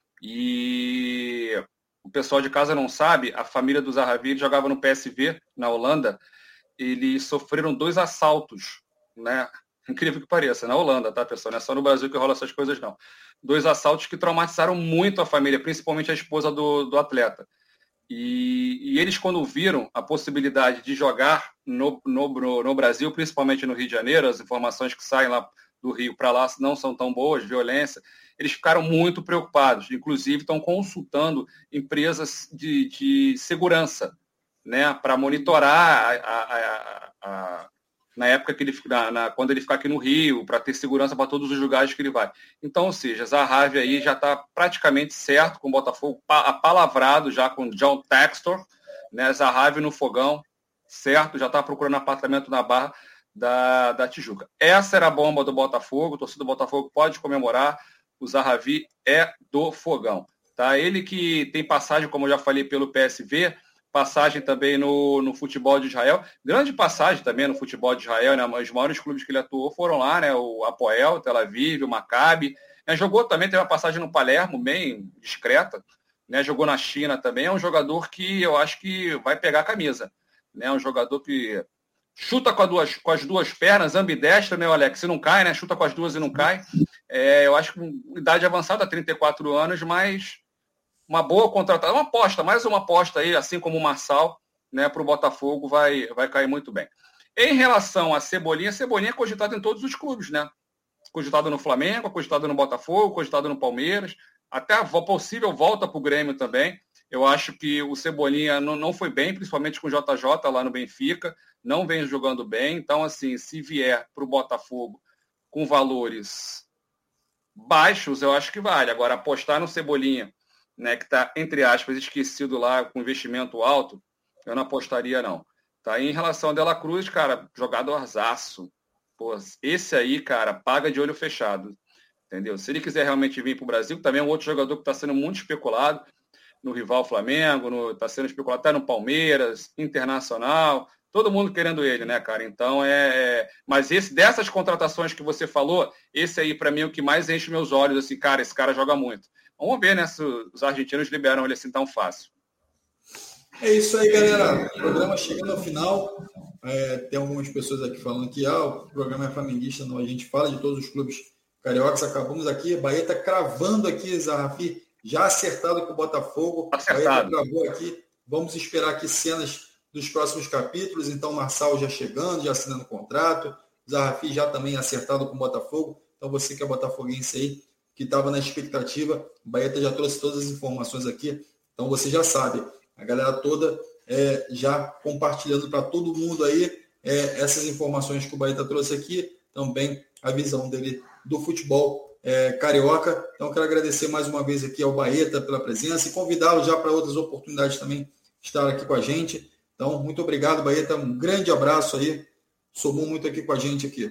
E o pessoal de casa não sabe, a família do Zahavi jogava no P S V, na Holanda. Eles sofreram dois assaltos, né? Incrível que pareça, na Holanda, tá, pessoal? Não é só no Brasil que rola essas coisas, não. Dois assaltos que traumatizaram muito a família, principalmente a esposa do, do atleta. E, e eles, quando viram a possibilidade de jogar no, no, no Brasil, principalmente no Rio de Janeiro, as informações que saem lá do Rio para lá não são tão boas, violência, eles ficaram muito preocupados. Inclusive, estão consultando empresas de, de segurança, né, para monitorar a, a, a, a, na época que ele na, na, quando ele ficar aqui no Rio, para ter segurança para todos os lugares que ele vai. Então, ou seja, Zahavi aí já está praticamente certo com o Botafogo, apalavrado já com John Textor, né, Zahavi no fogão, certo, já está procurando apartamento na Barra da, da Tijuca. Essa era a bomba do Botafogo, o torcedor do Botafogo pode comemorar, o Zahavi é do fogão. Tá? Ele que tem passagem, como eu já falei, pelo P S V, passagem também no, no futebol de Israel, grande passagem também no futebol de Israel, né? Os maiores clubes que ele atuou foram lá, né? O Apoel, Tel Aviv, o Maccabi, né? Jogou também, teve uma passagem no Palermo, bem discreta, né? Jogou na China também, é um jogador que eu acho que vai pegar a camisa, né? Um jogador que chuta com, a duas, com as duas pernas, ambidestra, né, Alex? Se não cai, né? Chuta com as duas e não cai. É, eu acho que com idade avançada, trinta e quatro anos, mas uma boa contratação, uma aposta, mais uma aposta aí, assim como o Marçal, né, para o Botafogo, vai, vai cair muito bem. Em relação a Cebolinha, Cebolinha é cogitado em todos os clubes, né? Cogitado no Flamengo, cogitado no Botafogo, cogitado no Palmeiras, até a possível volta para o Grêmio também. Eu acho que o Cebolinha não, não foi bem, principalmente com o J J lá no Benfica, não vem jogando bem. Então, assim, se vier para o Botafogo com valores baixos, eu acho que vale. Agora, apostar no Cebolinha, né, que está, entre aspas, esquecido lá com investimento alto, eu não apostaria, não. Tá? E em relação a Dela Cruz, cara, jogadorzaço. Pô, esse aí, cara, paga de olho fechado. Entendeu? Se ele quiser realmente vir para o Brasil, também é um outro jogador que está sendo muito especulado no rival Flamengo, está sendo especulado até no Palmeiras, Internacional, todo mundo querendo ele, né, cara? Então, é... é... Mas esse, dessas contratações que você falou, esse aí, para mim, é o que mais enche meus olhos, assim, cara, esse cara joga muito. Vamos ver, né, se os argentinos liberam ele assim tão fácil. É isso aí, galera. O programa chegando ao final. É, tem algumas pessoas aqui falando que ah, o programa é flamenguista, não. A gente fala de todos os clubes cariocas. Acabamos aqui. Bahia está cravando aqui, Zarrafi, já acertado com o Botafogo. Acertado. Bahia cravou aqui. Vamos esperar aqui cenas dos próximos capítulos. Então, Marçal já chegando, já assinando o contrato. Zarrafi já também acertado com o Botafogo. Então, você que é botafoguense aí, que estava na expectativa, o Bahia já trouxe todas as informações aqui. Então, você já sabe. A galera toda é, já compartilhando para todo mundo aí é, essas informações que o Bahia trouxe aqui, também a visão dele do futebol é, carioca. Então, quero agradecer mais uma vez aqui ao Baeta pela presença e convidá-lo já para outras oportunidades também estar aqui com a gente. Então, muito obrigado, Baeta. Um grande abraço aí. Somou muito aqui com a gente aqui.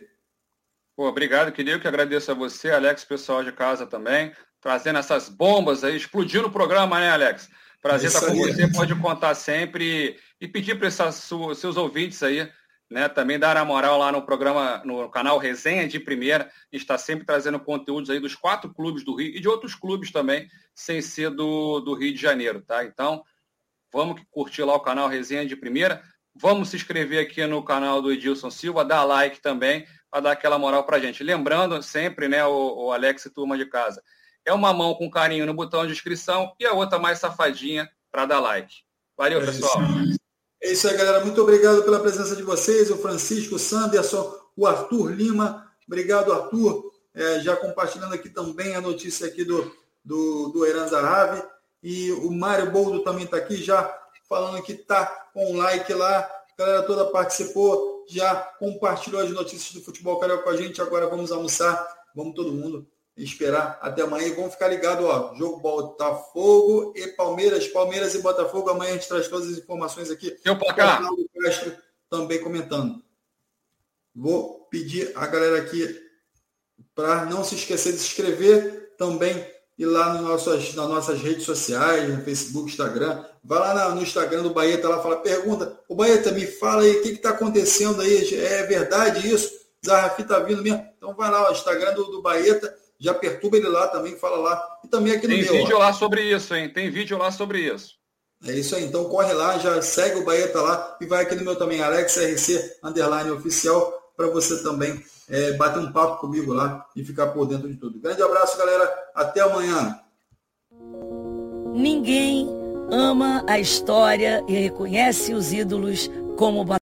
Pô, obrigado, querido. Eu que agradeço a você, Alex, pessoal de casa também, trazendo essas bombas aí, explodindo o programa, né, Alex? Prazer estar com você, pode contar sempre e pedir para os seus ouvintes aí, né, também dar a moral lá no programa, no canal Resenha de Primeira. A gente está sempre trazendo conteúdos aí dos quatro clubes do Rio e de outros clubes também, sem ser do, do Rio de Janeiro, tá? Então, vamos curtir lá o canal Resenha de Primeira. Vamos se inscrever aqui no canal do Edilson Silva, dar like também, para dar aquela moral para a gente. Lembrando sempre, né, o, o Alex e turma de casa, é uma mão com carinho no botão de inscrição e a outra mais safadinha para dar like. Valeu, é pessoal. Isso. É isso aí, galera. Muito obrigado pela presença de vocês. O Francisco, o Sanderson, o Arthur Lima. Obrigado, Arthur. É, já compartilhando aqui também a notícia aqui do, do, do Eran Zarravi. E o Mário Boldo também está aqui já falando que está com like lá. A galera toda participou, já compartilhou as notícias do futebol carioca com a gente. Agora vamos almoçar. Vamos todo mundo esperar até amanhã e vamos ficar ligados, ó, jogo Botafogo e Palmeiras, Palmeiras e Botafogo, amanhã a gente traz todas as informações aqui. Eu pra cá. O Castro também comentando. Vou pedir a galera aqui para não se esquecer de se inscrever também e lá no nossas, nas nossas redes sociais, no Facebook, Instagram. Vai lá na, no Instagram do Baeta, lá fala, pergunta, o Baeta, me fala aí, o que está acontecendo aí? É verdade isso? Zarrafi tá vindo mesmo? Então vai lá, o Instagram do, do Baeta, já perturba ele lá também, fala lá. E também aqui no Tem meu. vídeo ó. lá sobre isso, hein? Tem vídeo lá sobre isso. É isso aí. Então corre lá, já segue o Baeta lá e vai aqui no meu também, Alex R C Underline Oficial, para você também é, bater um papo comigo lá e ficar por dentro de tudo. Grande abraço, galera. Até amanhã. Ninguém ama a história e reconhece os ídolos como